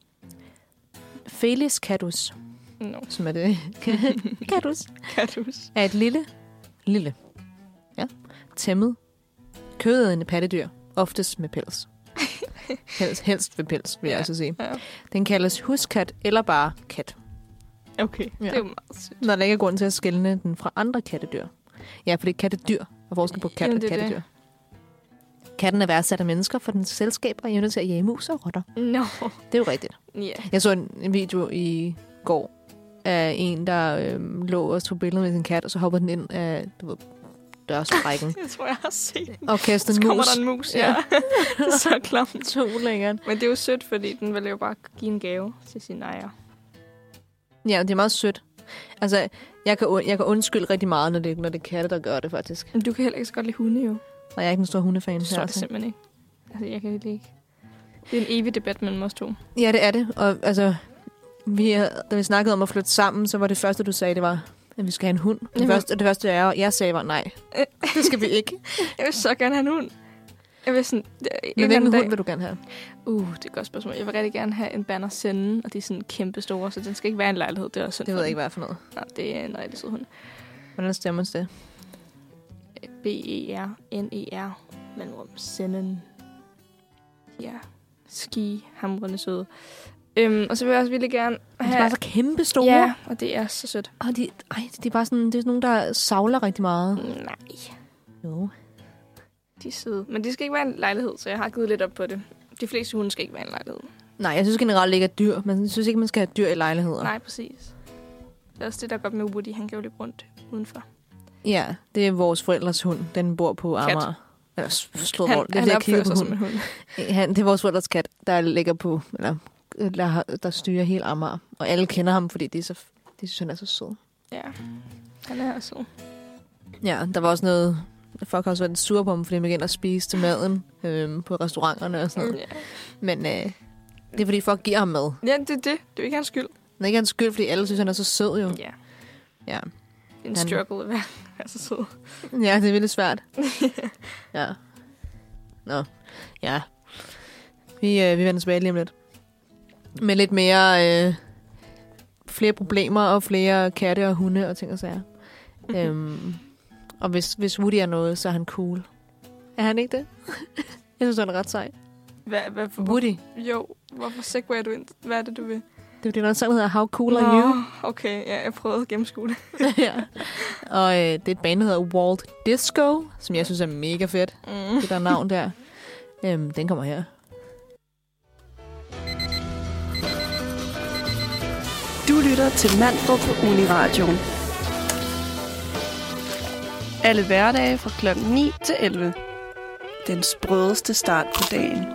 S2: Felis catus,
S3: no.
S2: som er det. Catus.
S3: Catus.
S2: Er et lille, lille, ja, tæmmet, kødædende pattedyr, oftest med pels. helst, helst ved pels, vil ja. jeg altså sige. Ja. Den kaldes huskat eller bare kat.
S3: Okay, ja. Det er jo meget sødt.
S2: Når der ikke er grund til at skelne den fra andre kattedyr. Ja, for det er kattedyr, og forskel på kat og kattedyr. Det. Katten er værdsat af mennesker for dens selskab og evne til at jage mus og rotter.
S3: No.
S2: Det er jo rigtigt.
S3: Yeah.
S2: Jeg så en, en video i går af en, der øhm, lå og tog billeder med sin kat, og så hopper den ind af du ved, dørsprækken.
S3: Jeg tror, jeg har set den.
S2: Og kaster en
S3: mus. Så
S2: kommer
S3: der en mus, ja. Det er så klamt.
S2: Så ulækkert.
S3: Men det er jo sødt, fordi den vil jo bare give en gave til sin ejer.
S2: Ja, det er meget sødt. Altså, jeg kan, jeg kan undskylde rigtig meget, når det, når det er katte, der gør det, faktisk.
S3: Men du kan heller ikke så godt lide hunde, jo.
S2: Og jeg er ikke en stor hundefan.
S3: Det tror jeg simpelthen ikke. Altså, jeg kan ikke. Det er en evig debat mellem os to.
S2: Ja, det er det. Og altså, vi, da vi snakkede om at flytte sammen, så var det første, du sagde, det var, at vi skal have en hund. Det første, det første jeg, jeg sagde, var nej. Det skal vi ikke.
S3: Jeg vil så gerne have en hund. Jeg vil sådan...
S2: Men hvilken hund vil du gerne have?
S3: Uh, det er et godt spørgsmål. Jeg vil rigtig gerne have en Berner Sennen, og de er sådan kæmpe store, så den skal ikke være en lejlighed. Det er også
S2: det ved jeg ikke, hvad for noget.
S3: Nej, det er en rigtig sød hund.
S2: Hvordan stemmer det?
S3: B E R N E R mellemrum Sennen. Ja, ski, hamrende søde. Øhm, og så vil jeg også virkelig gerne have...
S2: De er bare så kæmpe store.
S3: Ja, og det er så sødt.
S2: Og de, ej, de er bare sådan, det er sådan nogle, der savler rigtig meget.
S3: Nej.
S2: Jo.
S3: De er søde. Men de skal ikke være en lejlighed, så jeg har givet lidt op på det. De fleste hunde skal ikke være en lejlighed.
S2: Nej, jeg synes generelt ikke, at dyr. Men jeg synes ikke, man skal have dyr i lejligheder.
S3: Nej, præcis. Det er også det, der er godt med Woody. Han kan jo løbe rundt udenfor.
S2: Ja, det er vores forældres hund. Den bor på Amager. Eller slået
S3: han,
S2: rundt. Det er
S3: han
S2: det,
S3: opfører sig som en hund.
S2: Han, det er vores forældres kat, der ligger på... Eller, der, der styrer hele Amager. Og alle kender ham, fordi de, er så, de synes, han er så sød.
S3: Ja, han er også sød.
S2: Ja, der var også noget... Folk har også været lidt sure på ham, fordi de begyndte at spise til maden øhm, på restauranterne og sådan noget. Yeah. Men øh, det er, fordi folk giver ham mad.
S3: Ja, det er det. Det er jo ikke hans skyld.
S2: Det er ikke hans skyld, fordi alle synes, han er så sød jo.
S3: Ja.
S2: Ja.
S3: En han... struggle at være, være så sød.
S2: Ja, det er virkelig svært. Ja. Nå. Ja. Vi, øh, vi vender tilbage lige om lidt. Med lidt mere... Øh, flere problemer og flere katte og hunde og ting og sager. Mm-hmm. øhm, Og hvis, hvis Woody er noget, så er han cool. Er han ikke det? Jeg synes, han er ret sej.
S3: Hvad, hvad for,
S2: Woody?
S3: Jo, hvorfor segwayer du ind? Hvad er det, du vil?
S2: Det er det, der er en sang, der hedder How Cool Are You?
S3: Okay, ja, jeg prøvede at gennemskue det.
S2: Ja. Og øh, det er et band, der hedder Walt Disco, som jeg synes er mega fedt. Mm. Det der navn der. Øhm, den kommer her.
S4: Du lytter til Manfred på Uniradioen. Alle hverdage fra klokken ni til elleve. Den sprødeste start på dagen.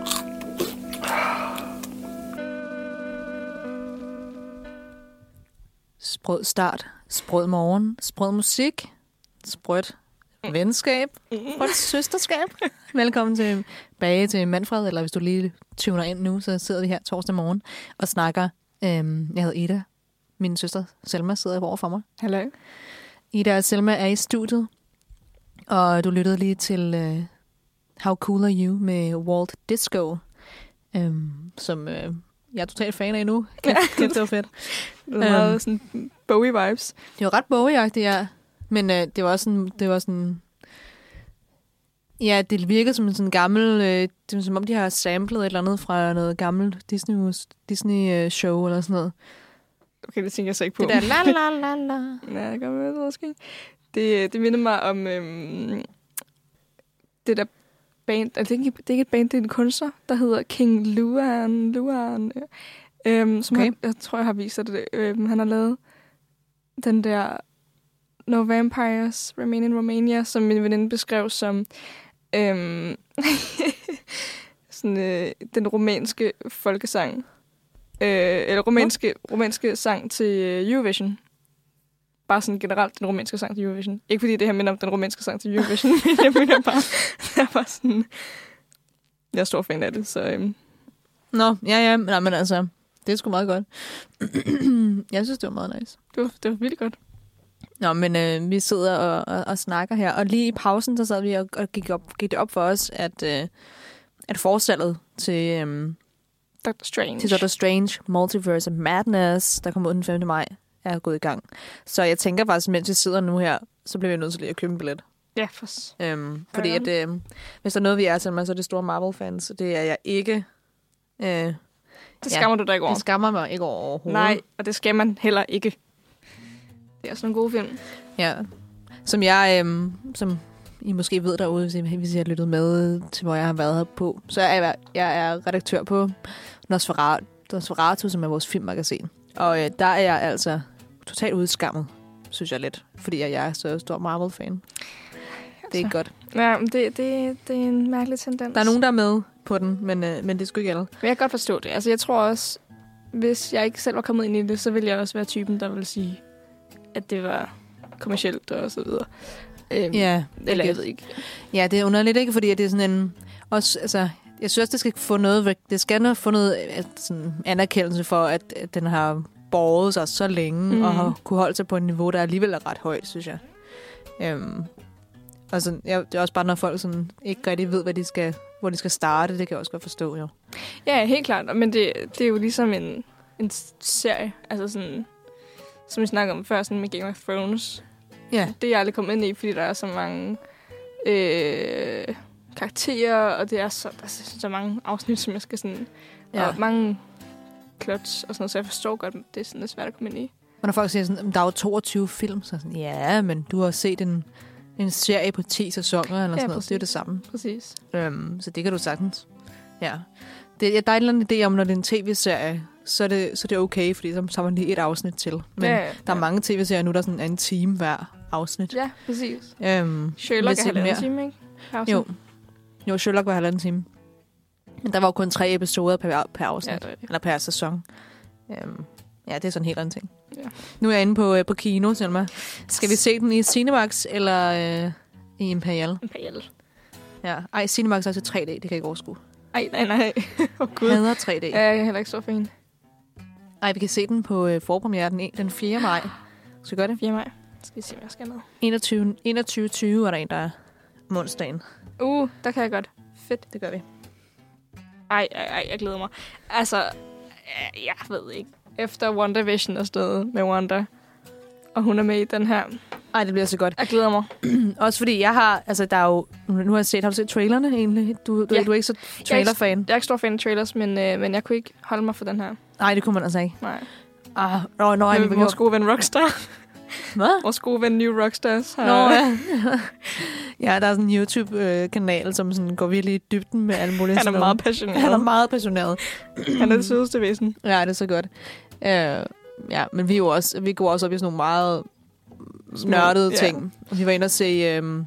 S2: Sprød start, sprød morgen, sprød musik, sprødt venskab, sprødt søsterskab. Velkommen tilbage til Manfred, eller hvis du lige tuner ind nu, så sidder vi her torsdag morgen og snakker. Øhm, jeg hedder Ida. Min søster Selma sidder over for mig.
S3: Hallo.
S2: Ida og Selma er i studiet. Og du lyttede lige til uh, How Cool Are You med Walt Disco, um, som uh, jeg er totalt fan af nu. Kæft, kæft, det var fedt.
S3: Det var meget um, sådan Bowie-vibes.
S2: Det var ret Bowie-agtigt, ja. Men uh, det var sådan... Det var sådan ja, det virkede som en sådan gammel... Uh, det var, som om de har samlet et eller andet fra noget gammelt Disney, Disney show eller sådan noget.
S3: Okay, det tænker jeg så ikke på.
S2: Det der la la la la.
S3: Ja, det gør jeg også ikke. Det, det minder mig om øhm, det der band, altså det er, ikke, det er ikke et band, det er en kunstner, der hedder King Luan, Luan øhm, som
S2: okay.
S3: han, jeg tror, jeg har vist dig det. Øhm, han har lavet den der No Vampires Remain in Romania, som min veninde beskrev som øhm, sådan, øh, den romanske folkesang. Øh, eller romanske, ja. romanske sang til Eurovision. Bare sådan generelt den romanske sang til Eurovision. Ikke fordi det her minder om den romanske sang til Eurovision, men jeg mener bare, jeg er bare sådan... Jeg er stor fan af det, så... Øhm.
S2: Nå, ja, ja, nej, men altså... Det det er sgu meget godt. Jeg synes, det var meget nice.
S3: Det var, det var vildt godt.
S2: Nå, men øh, vi sidder og, og, og snakker her. Og lige i pausen, så sad vi og, og gik, op, gik det op for os, at, øh, at forsalget til, øh,
S3: Doctor Strange.
S2: til Doctor Strange Multiverse of Madness, der kommer ud den femte maj, er gået i gang. Så jeg tænker faktisk, mens vi sidder nu her, så bliver vi nødt til lige at købe en billet.
S3: Ja, for
S2: øhm, Fordi at, øh, hvis der er noget, vi er til, så er det store Marvel-fans, og det er jeg ikke. Øh,
S3: det skammer
S2: ja,
S3: du dig ikke over.
S2: Det skammer mig ikke over overhovedet.
S3: Nej, og det skal man heller ikke. Det er sådan en god film.
S2: Ja. Som jeg, øhm, som I måske ved derude, hvis I har lyttet med til, hvor jeg har været her på, så er jeg, jeg er redaktør på Nosferatu, Nosferatu, som er vores filmmagasin. Og øh, der er jeg altså totalt udskammet, synes jeg lidt, fordi jeg er så stor Marvel-fan. Det er ikke godt.
S3: Ja, det, det, det er en mærkelig tendens.
S2: Der er nogen, der er med på den, men, øh, men det er sgu ikke alle.
S3: Men jeg kan godt forstå det. Altså, jeg tror også, hvis jeg ikke selv var kommet ind i det, så ville jeg også være typen, der ville sige, at det var kommercielt og så videre. Øhm,
S2: ja,
S3: eller jeg ved ikke.
S2: Ja, det er underligt ikke, fordi det er sådan en... Også, altså, jeg synes også, det skal få noget... Det skal have få noget sådan, anerkendelse for, at, at den har båret sig så længe, mm. og har kunne holde sig på et niveau, der alligevel er ret højt, synes jeg. Øhm, og sådan, jeg, det er også bare, når folk sådan, ikke rigtig ved, hvad de skal, hvor de skal starte. Det kan jeg også godt forstå, jo.
S3: Ja, helt klart. Men det, det er jo ligesom en, en serie. Altså sådan... Som vi snakkede om før, sådan med Game of Thrones.
S2: Ja.
S3: Det er jeg aldrig kommet ind i, fordi der er så mange øh, karakterer, og det er så, der er så mange afsnit, som jeg skal sådan... Ja. Og mange plots og sådan noget, så jeg forstår godt, at det er sådan lidt svært at komme ind i.
S2: Og når folk siger sådan, der er jo toogtyve film, så sådan, ja, men du har set en, en serie på ti sæsoner, eller ja, sådan noget. Det er jo det samme.
S3: Præcis.
S2: Øhm, så det kan du sagtens. Ja. Det, der er en eller anden idé om, når det er en tv-serie, så er det, så er det okay, fordi så har man lige et afsnit til. Men ja, ja, ja. Der er mange tv-serier nu, der er sådan en time hver afsnit.
S3: Ja, præcis.
S2: Øhm,
S3: Sherlock er halvanden time, ikke? Afsnit.
S2: Jo. jo, Sherlock var halvanden time. Men der var jo kun tre episoder per, per afsnit, ja, eller per sæson. Øhm, ja, det er sådan en helt anden ting. Ja. Nu er jeg inde på, øh, på kino, Selma. Skal vi se den i Cinemax, eller øh, i Imperial?
S3: Imperial.
S2: Ja, ej, Cinemax er til tre D, det kan jeg ikke overskue.
S3: Ej, nej, nej. Åh, oh, Gud.
S2: Hader tre D.
S3: Ja, jeg er heller ikke så fan.
S2: Ej, vi kan se den på øh, forpremiere den, den fjerde maj. Skal vi gøre det?
S3: fjerde maj. Skal vi se, hvad jeg skal med.
S2: enogtyve tyve er der en, der er om onsdagen.
S3: Uh, der kan jeg godt. Fedt.
S2: Det gør vi.
S3: Ej, ej, ej, jeg glæder mig. Altså, jeg ved ikke. Efter WandaVision er stået med Wanda, og hun er med i den her.
S2: Ej, det bliver så godt.
S3: Jeg glæder mig.
S2: Også fordi jeg har, altså der er jo, nu har jeg set, har du set trailerne egentlig? Du, du,
S3: ja.
S2: du er ikke så trailer-fan?
S3: Jeg er ikke stor fan af trailers, men, øh, men jeg kunne ikke holde mig for den her.
S2: Nej, det kunne man altså ikke.
S3: Nej.
S2: Ah, no, no,
S3: men vores gode ven Rockstar.
S2: Hvad?
S3: Vores gode ven New Rockstars.
S2: Nå, ja. Ja, der er sådan en YouTube-kanal, som sådan går virkelig i dybden med alle mulige.
S3: Han er meget passioneret.
S2: Han er meget passioneret.
S3: Han er det sødeste væsen.
S2: Ja, det er så godt. Uh, ja, men vi, er jo også, vi går også op i sådan nogle meget nørdede ting. Yeah. Og vi var inde og se, um,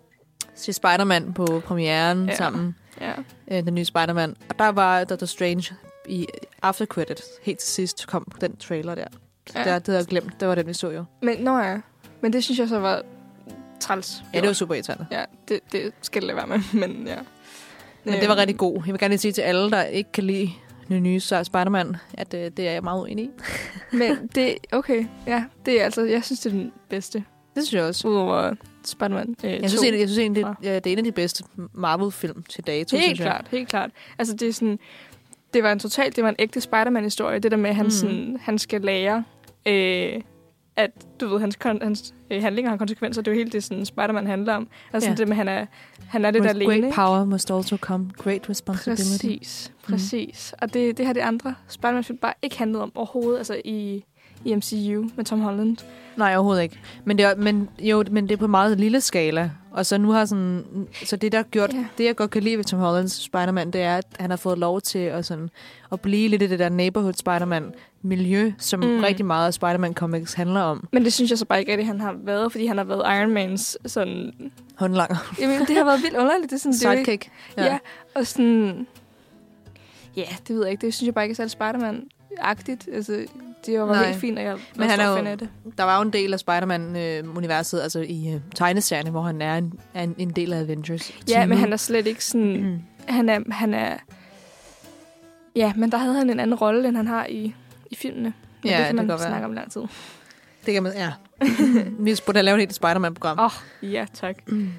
S2: se Spider-Man på premieren yeah. sammen. Yeah. Uh, den nye Spider-Man. Og der var Doctor Strange i after credit. Helt til sidst kom den trailer der. Ja. Det, det havde jeg glemt. Det var den, vi så jo.
S3: Men, nå ja. Men det synes jeg så var træls.
S2: Ja, det var super irriterende.
S3: Ja, det, det skal det være med, men ja.
S2: Men det var rigtig god. Jeg vil gerne sige til alle, der ikke kan lide den nye Spider-Man, at øh, det er jeg meget uenig i.
S3: Men det, okay, ja. Det er altså, jeg synes, det er den bedste.
S2: Det synes jeg også.
S3: Udover Spider-Man øh,
S2: jeg synes, jeg, jeg synes egentlig, det, ja, det er en af de bedste Marvel-film til dato.
S3: Helt klart, helt klart. Altså, det er sådan... Det var en totalt, det var en ægte Spider-Man-historie. Det der med, at han, mm. sådan, han skal lære, øh, at du ved, hans, hans øh, handlinger har konsekvenser. Det er jo helt det, sådan, Spider-Man handler om. Altså yeah. det med, han er, han er det der alene.
S2: Great power must also come great responsibility.
S3: Præcis, præcis. Mm. Og det, det har det andre Spider-Man-film bare ikke handlet om overhovedet, altså i, i M C U med Tom Holland.
S2: Nej, overhovedet ikke. Men det er, men, jo, men det er på en meget lille skala. Og så nu har sådan... Så det, der gjort... Yeah. Det, jeg godt kan lide ved Tom Hollands Spider-Man, det er, at han har fået lov til at, sådan, at blive lidt i det der neighborhood Spider-Man-miljø, som mm. rigtig meget af Spider-Man-comics handler om.
S3: Men det synes jeg så bare ikke, at han har været, fordi han har været Iron Mans sådan...
S2: håndlanger.
S3: Jamen, det har været vildt underligt. Det er sådan,
S2: sidekick.
S3: Ja. ja, og sådan... Ja, det ved jeg ikke. Det synes jeg bare ikke er særlig Spider-Man-agtigt. Altså... Det var Nej. helt fint, og jeg var
S2: Men han er jo,
S3: af det.
S2: Der var jo en del af Spider-Man-universet, altså i uh, tegneserierne, hvor han er en, er en, en del af Avengers.
S3: Ja, men han er slet ikke sådan... Mm. Han er... Han er Ja, men der havde han en anden rolle, end han har i, i filmene. Men
S2: ja,
S3: det kan man
S2: det
S3: snakke
S2: være.
S3: om lang tid.
S2: Det kan man, ja. Vi burde have lavet et helt Spider-Man-program.
S3: Åh, oh, ja, tak.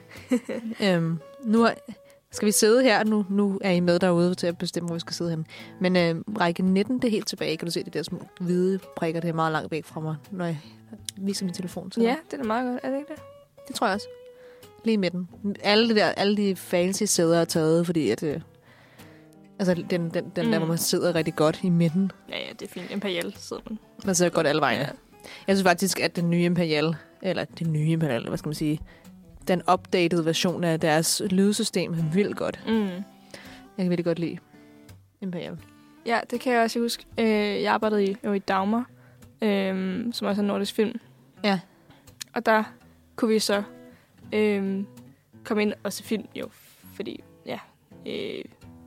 S2: øhm, nu er, skal vi sidde her. Nu, nu er I med derude til at bestemme, hvor vi skal sidde henne. Men øh, række nitten, det er helt tilbage. Kan du se de der små hvide prikker? Det er meget langt væk fra mig, når jeg viser min telefon. Så
S3: ja, det er da meget godt. Er det ikke det?
S2: Det tror jeg også. Lige i midten. Alle, det der, alle de fancy sæder er taget, fordi at... Øh, altså, den, den, den mm. der, hvor man sidder rigtig godt i midten.
S3: Ja, ja, det er fint. Imperial sidder man.
S2: Man sidder godt alle vegne. Ja. Jeg synes faktisk, at den nye Imperial, eller den nye Imperial, hvad skal man sige, den updated version af deres lydsystem er vildt godt.
S3: Mm.
S2: Jeg kan virkelig godt lide Imperial.
S3: Ja, det kan jeg også huske. Øh, jeg arbejdede i, jo i Dagmar, øh, som også er en nordisk film.
S2: Ja.
S3: Og der kunne vi så øh, komme ind og se film, jo, fordi ja, øh,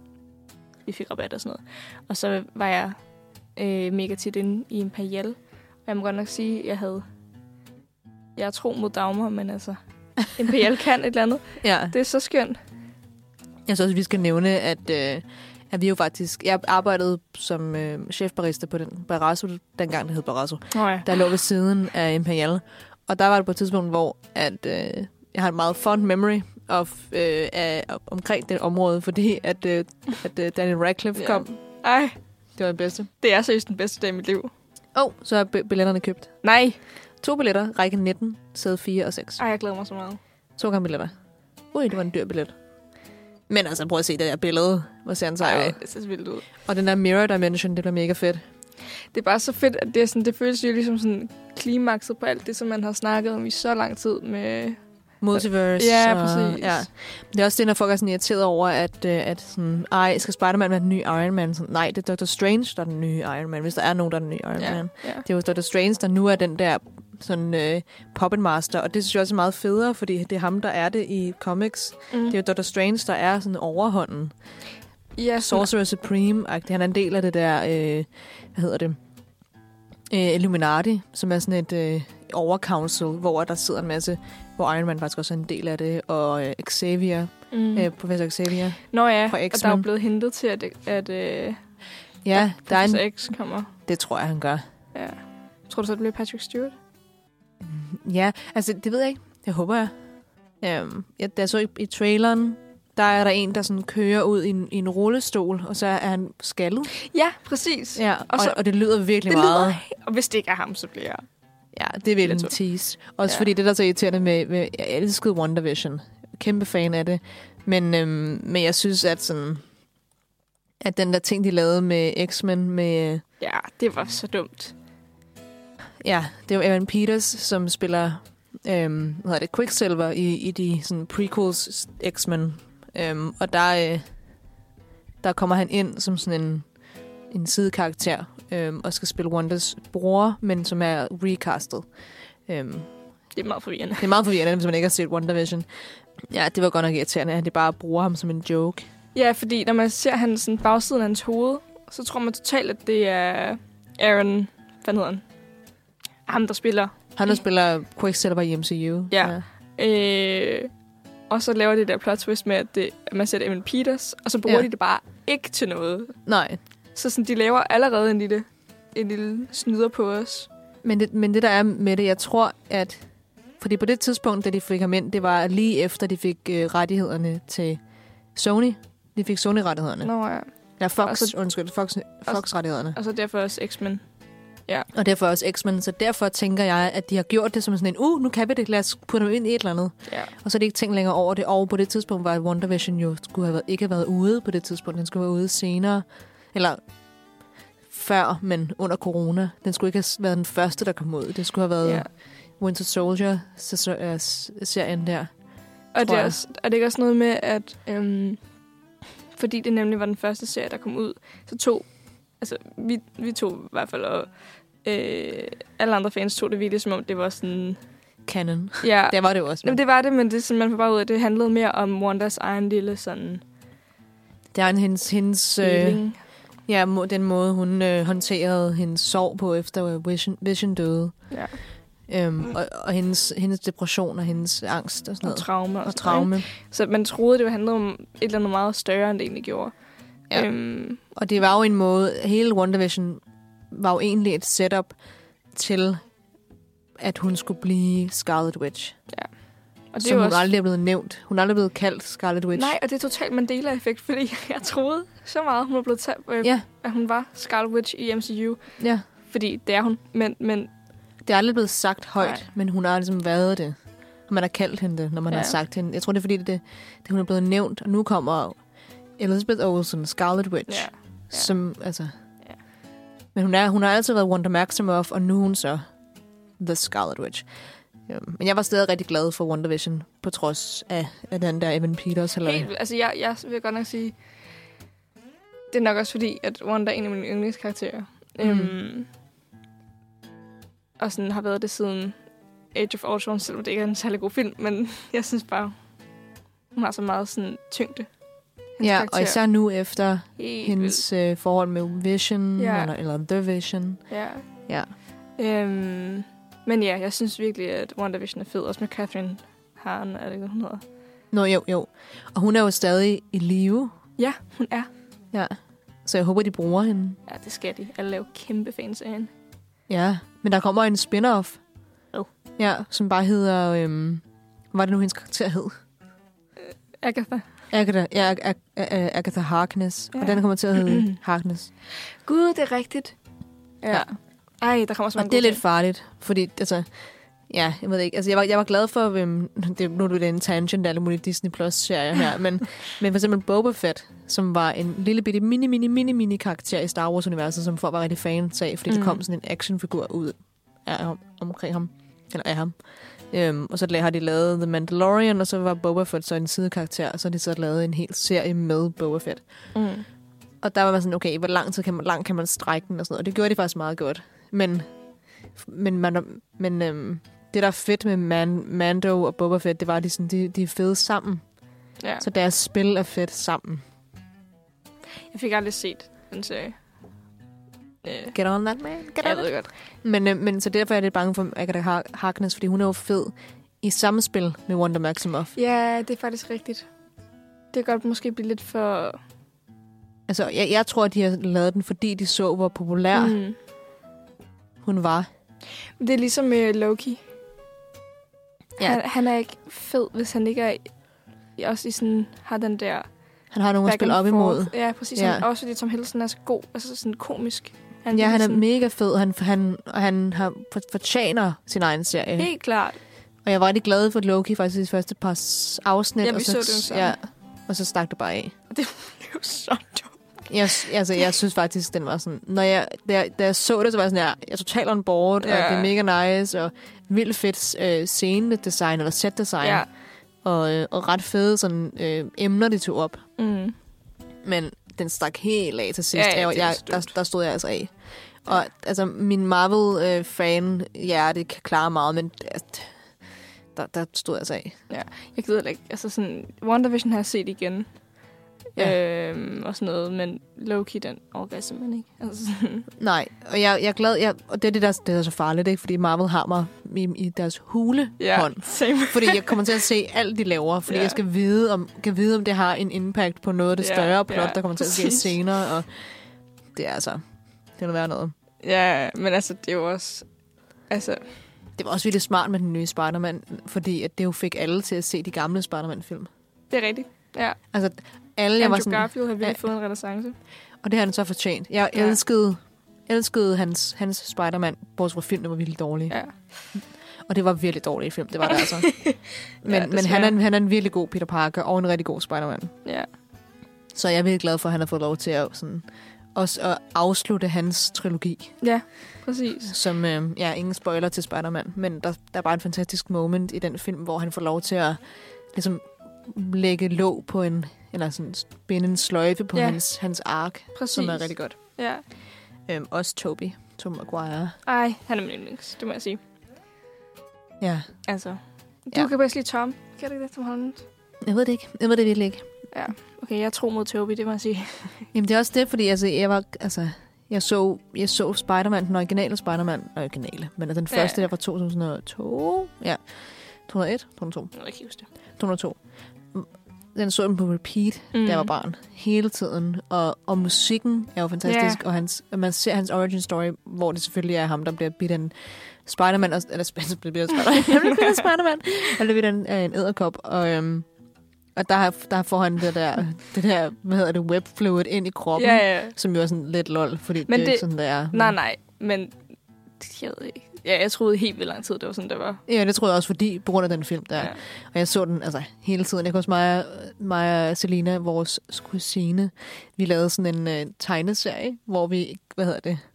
S3: vi fik rabat og sådan noget. Og så var jeg øh, mega tit inde i Imperial. Og jeg må godt nok sige, at jeg havde... Jeg er tro mod Dagmar, men altså... Imperial kan et eller andet.
S2: Ja.
S3: Det er så skønt.
S2: Jeg synes også, vi skal nævne, at, øh, at vi jo faktisk... Jeg arbejdede som øh, chefbarista på den Barrasso, dengang det hed Barrasso.
S3: Oh ja.
S2: Der lå ved siden af Imperial. Og der var det på et tidspunkt, hvor at, øh, jeg har en meget fond memory of, øh, af, omkring det område, fordi at, øh, at øh, Daniel Radcliffe kom.
S3: Ja. Ej.
S2: Det var det bedste.
S3: Det er seriøst den bedste dag i mit liv.
S2: Åh, oh, så er b- billetterne købt.
S3: Nej.
S2: To billetter, række nitten, sæde fire og seks.
S3: Ej, jeg glæder mig så meget.
S2: To gange billetter. Ui, det var en dyr billet. Men altså, prøv at se det der billede, hvor ser han sig
S3: Ej,
S2: ud.
S3: det ser så vildt ud.
S2: Og den der Mirror Dimension, det bliver mega fedt.
S3: Det er bare så fedt, at det, er sådan, det føles jo ligesom sådan klimakset på alt det, som man har snakket om i så lang tid med...
S2: Multiverse.
S3: Ja,
S2: og,
S3: præcis.
S2: Ja. Det er også det, når folk er sådan irriteret over, at, at sådan, ej, skal Spider-Man være den nye Iron Man? Sådan, nej, det er Doctor Strange, der er den nye Iron Man, hvis der er nogen, der er den nye Iron
S3: ja,
S2: Man.
S3: Ja.
S2: Det er jo Doctor Strange, der nu er den der sådan øh, puppet master, og det synes jeg også er meget federe, fordi det er ham, der er det i comics. Mm. Det er jo Doctor Strange, der er sådan overhånden.
S3: Ja,
S2: Sorcerer Supreme-agtig. Han er en del af det der, øh, hvad hedder det, øh, Illuminati, som er sådan et øh, overcouncil, hvor der sidder en masse, hvor Iron Man faktisk også er en del af det, og øh, Xavier, mm. øh, professor Xavier.
S3: Nå ja,
S2: fra
S3: og der er jo blevet hintet til, at, at øh,
S2: ja, der er en,
S3: X kommer.
S2: Det tror jeg, han gør.
S3: Ja. Tror du så, det bliver Patrick Stewart?
S2: Ja, altså det ved jeg ikke. Det håber jeg. Um, jeg der så i, i traileren, der er der en, der sådan kører ud i en, i en rullestol, og så er han skaldet.
S3: Ja, præcis.
S2: Ja, og,
S3: og, så,
S2: og det lyder virkelig
S3: det
S2: meget.
S3: Lyder, og hvis det ikke er ham, så bliver jeg...
S2: Ja, det er virkelig en tease. Også ja. Fordi det, der er så irriterende med... med jeg elskede WandaVision. Kæmpe fan af det. Men, øhm, men jeg synes, at sådan... At den der ting, de lavede med X-Men med...
S3: Ja, det var så dumt.
S2: Ja, det var Evan Peters, som spiller... Øhm, hvad hedder det? Quicksilver i, i de sådan, prequels X-Men. Øhm, og der, øh, der kommer han ind som sådan en, en sidekarakter. Øhm, og skal spille Wandas bror, men som er recastet. Øhm,
S3: det er meget forvirrende.
S2: Det er meget forvirrende, hvis man ikke har set WandaVision. Ja, det var godt nok irriterende, at de bare bruger ham som en joke.
S3: Ja, fordi når man ser han sådan bagsiden af hans hoved, så tror man totalt, at det er Aaron... Hvad hedder han? Ham, der spiller...
S2: Han, der spiller Quicksilver i M C U.
S3: Ja. ja. Øh, og så laver de der plot twist med, at, det, at man sætter Evan Peters, og så bruger ja. de det bare ikke til noget.
S2: Nej.
S3: Så sådan, de laver allerede en lille, en lille snyder på os.
S2: Men det, men det, der er med det, jeg tror, at... Fordi på det tidspunkt, da de fik ham ind, det var lige efter, de fik øh, rettighederne til Sony. De fik Sony-rettighederne.
S3: Nå ja.
S2: Ja, Fox, så, undskyld, Fox, Fox-rettighederne.
S3: Og så derfor også X-Men. Ja.
S2: Og derfor også X-Men. Så derfor tænker jeg, at de har gjort det som sådan en, uh, nu kan vi det, lad os putte dem ind i et eller andet.
S3: Ja.
S2: Og så er de ikke tænkt længere over det. Og på det tidspunkt var WandaVision jo skulle have været, ikke have været ude på det tidspunkt. Den skulle være ude senere. Eller før, men under corona. Den skulle ikke have været den første, der kom ud. Det skulle have været ja. Winter Soldier-serien der.
S3: Og det, er også, og det er også noget med, at øhm, fordi det nemlig var den første serie, der kom ud, så tog, altså vi, vi tog i hvert fald, og øh, alle andre fans tog det virkelig, som om det var sådan...
S2: Canon.
S3: Ja.
S2: Det var det jo også.
S3: Jamen, det var det, men det sådan, man får bare ud af, det handlede mere om Wandas egen lille sådan...
S2: Det er en hendes... hendes øh, ja, må, den måde, hun øh, håndterede hendes sorg på, efter Vision, Vision døde.
S3: Ja.
S2: Øhm, og, og hendes, hendes depression og hendes angst og sådan noget.
S3: Og traume.
S2: Og, og traume.
S3: Så man troede, det handlede om et eller andet meget større, end det egentlig gjorde.
S2: Ja. Øhm, og det var jo en måde, hele WandaVision var jo egentlig et setup til, at hun skulle blive Scarlet Witch. Ja. Og det som hun også... aldrig er blevet nævnt. Hun er aldrig blevet kaldt Scarlet Witch.
S3: Nej, og det er totalt Mandela-effekt, fordi jeg troede så meget, hun var blevet taget, øh, ja. at hun var Scarlet Witch i M C U. Ja. Fordi det er hun, men... men
S2: det er aldrig blevet sagt højt, nej. Men hun har ligesom været det. Og man har kaldt hende det, når man ja. har sagt hende. Jeg tror, det er fordi, det, det, det hun er blevet nævnt, og nu kommer Elizabeth Olsen, Scarlet Witch, ja. Ja. som, altså... Ja. Men hun, er, hun har altid været Wanda Maximoff, og nu er hun så The Scarlet Witch. Ja, men jeg var stadig rigtig glad for WandaVision, på trods af, af den der Evan Peters. Eller...
S3: Helt, altså, jeg, jeg vil godt nok sige, det er nok også fordi, at Wanda er en af mine yndlingskarakterer. Mm. Øhm, og sådan har været det siden Age of Ultron, selvom det ikke er en særlig god film, men jeg synes bare, hun har så meget sådan tyngde.
S2: Ja, karakter. Og især nu efter helt hendes øh, forhold med Vision, ja. eller, eller The Vision.
S3: Ja. ja. Øhm, men ja, jeg synes virkelig, at WandaVision er fed, også med Catherine Hahn, er det ikke, hun hedder?
S2: Nå, jo, jo. Og hun er jo stadig i live.
S3: Ja, hun er.
S2: Ja, så jeg håber, de bruger hende.
S3: Ja, det skal de. Alle laver kæmpe fans af hende.
S2: Ja, men der kommer en spin-off.
S3: Oh.
S2: Ja, som bare hedder... Øhm, hvad var det nu, hendes karakter hed?
S3: Uh, Agatha.
S2: Agatha, ja, Ag- Ag- Agatha Harkness. Ja. Og den kommer til at hedde Harkness.
S3: Gud, det er rigtigt. Ja. ja. Ej, der kommer så mange.
S2: Og det er lidt farligt, fordi, altså... Ja, jeg ved ikke. Altså, jeg var, jeg var glad for... Øhm, det, nu er det en tangent af alle mulige Disney Plus-serier her, men, men for eksempel Boba Fett, som var en lille bitte mini, mini, mini, mini karakter i Star Wars-universet, som folk var rigtig fans af, fordi mm. der kom sådan en actionfigur ud af ham, omkring ham. Eller af ham. Øhm, og så har de lavet The Mandalorian, og så var Boba Fett så en sidekarakter, og så har de så lavet en hel serie med Boba Fett. Mm. Og der var man sådan, okay, hvor lang tid kan man, lang kan man strække den og sådan noget. Og det gjorde de faktisk meget godt. Men, men, man, men øhm, det, der er fedt med Man, Mando og Boba Fett, det var, at de, sådan, de, de er fede sammen. Ja. Så deres spil er fedt sammen.
S3: Jeg fik aldrig set den serie.
S2: Uh, Get on that, man. Get
S3: jeg on ved it. Godt.
S2: Men, øh, men så derfor er jeg lidt bange for Agatha Harkness, fordi hun er jo fed i samspil med Wanda Maximoff.
S3: Ja, det er faktisk rigtigt. Det kan godt måske blive lidt for...
S2: Altså, jeg, jeg tror, at de har lavet den, fordi de så, hvor populær mm. hun var.
S3: Det er ligesom med Loki. Ja. Han, han er ikke fed, hvis han ikke er... Også i sådan, har den der...
S2: Han har nogen at spille op imod.
S3: Ja, præcis. Ja. Han, også fordi Tom Hiddleston er så god. Altså sådan komisk.
S2: Han ja, han er sådan... mega fed. Han, han, han har fortjener sin egen serie.
S3: Helt klart.
S2: Og jeg var rigtig glad for Loki faktisk i de første par afsnit.
S3: Ja, vi
S2: og
S3: så, så det så.
S2: Ja, og så stak det bare af.
S3: Det er jo så dumt.
S2: Jeg, altså, jeg synes faktisk, den var sådan... Når jeg, da, jeg, da jeg så det, så var jeg sådan, jeg, jeg er totalt on board, ja. Og det er mega nice, og vildt fedt øh, scene-design, eller set-design. Ja. Og, øh, og ret fede sådan, øh, emner, de tog op. Mm. Men den stak helt af til sidst. Ja, ja, jeg, der, der stod jeg altså af. Og ja. Altså, min Marvel-fan-hjerte øh, kan klare meget, men der, der stod jeg altså af.
S3: Ja, jeg gider ikke. Altså sådan, WandaVision har jeg set igen. Ja. Øhm, og sådan noget, men Loki, den overgår jeg simpelthen ikke. Altså sådan.
S2: Nej, og jeg, jeg er glad, jeg, og det er det, der, det er så farligt, ikke? Fordi Marvel har mig i, i deres hulehånd.
S3: Ja,
S2: fordi jeg kommer til at se alt, de laver, fordi ja. jeg skal vide, om, kan vide, om det har en impact på noget af det større ja, plot, ja, der kommer til at ske senere, og det er altså, det vil være noget.
S3: Ja, men altså, det er jo også, altså...
S2: Det var også virkelig smart med den nye Spider-Man, fordi at det jo fik alle til at se de gamle Spider-Man-film.
S3: Det er rigtigt, ja.
S2: Altså, alle, jeg
S3: Andrew
S2: var sådan,
S3: Garfield har virkelig ja, fået en renaissance.
S2: Og det har han så fortjent. Jeg ja. elskede, elskede hans, hans Spider-Man, bortset fra filmen var virkelig dårlig. Ja. Og det var virkelig dårlig film, det var det altså. Men, ja, men han, er, han er en virkelig god Peter Parker, og en rigtig god Spider-Man. Ja. Så jeg er virkelig glad for, at han har fået lov til at, sådan, også at afslutte hans trilogi.
S3: Ja, præcis.
S2: Som, øh, ja, ingen spoiler til Spider-Man, men der, der er bare en fantastisk moment i den film, hvor han får lov til at ligesom, lægge låg på en, eller sådan binde en sløjfe på ja. hans, hans ark, præcis. Som er rigtig godt.
S3: Ja.
S2: Øhm, også Tobey, Tobey Maguire.
S3: Ej, han er min yndlings, det må jeg sige.
S2: Ja.
S3: Altså, du ja. kan bedst lide Tom. Kan du ikke det, Tom Holland?
S2: Jeg ved det ikke. Jeg ved det virkelig ikke.
S3: Ja, okay, jeg tror mod Tobey, det må jeg sige.
S2: Jamen, det er også det, fordi altså, jeg var, altså, jeg så, jeg så Spider-Man, den originale Spider-Man, originale, men den første, ja. der var to tusind og to, ja, to tusind og et, to tusind og to.
S3: Jeg kan ikke huske det.
S2: to tusind og to. den så den på repeat, mm. da jeg var barn. Hele tiden. Og, og musikken er jo fantastisk. Yeah. Og hans, man ser hans origin story, hvor det selvfølgelig er ham, der bliver bidt en Spider-Man. Eller Spider-Man. bliver bidt en Spider-Man. Eller bidt en, en edderkop. Og, øhm, og der, der får han det der, det der, hvad hedder det, webfluid ind i kroppen.
S3: Yeah, yeah.
S2: Som jo er sådan lidt lol, fordi
S3: men
S2: det er ikke sådan, det er.
S3: Nej, nej. Men jeg ved ikke. Ja, jeg troede helt vildt lang tid, det var sådan, det var.
S2: Ja, det troede jeg også, fordi på grund af den film der. Ja. Og jeg så den altså hele tiden. Jeg kan også mig, mig og Selina, vores kusine, vi lavede sådan en uh, tegneserie, hvor vi, hvad hedder det,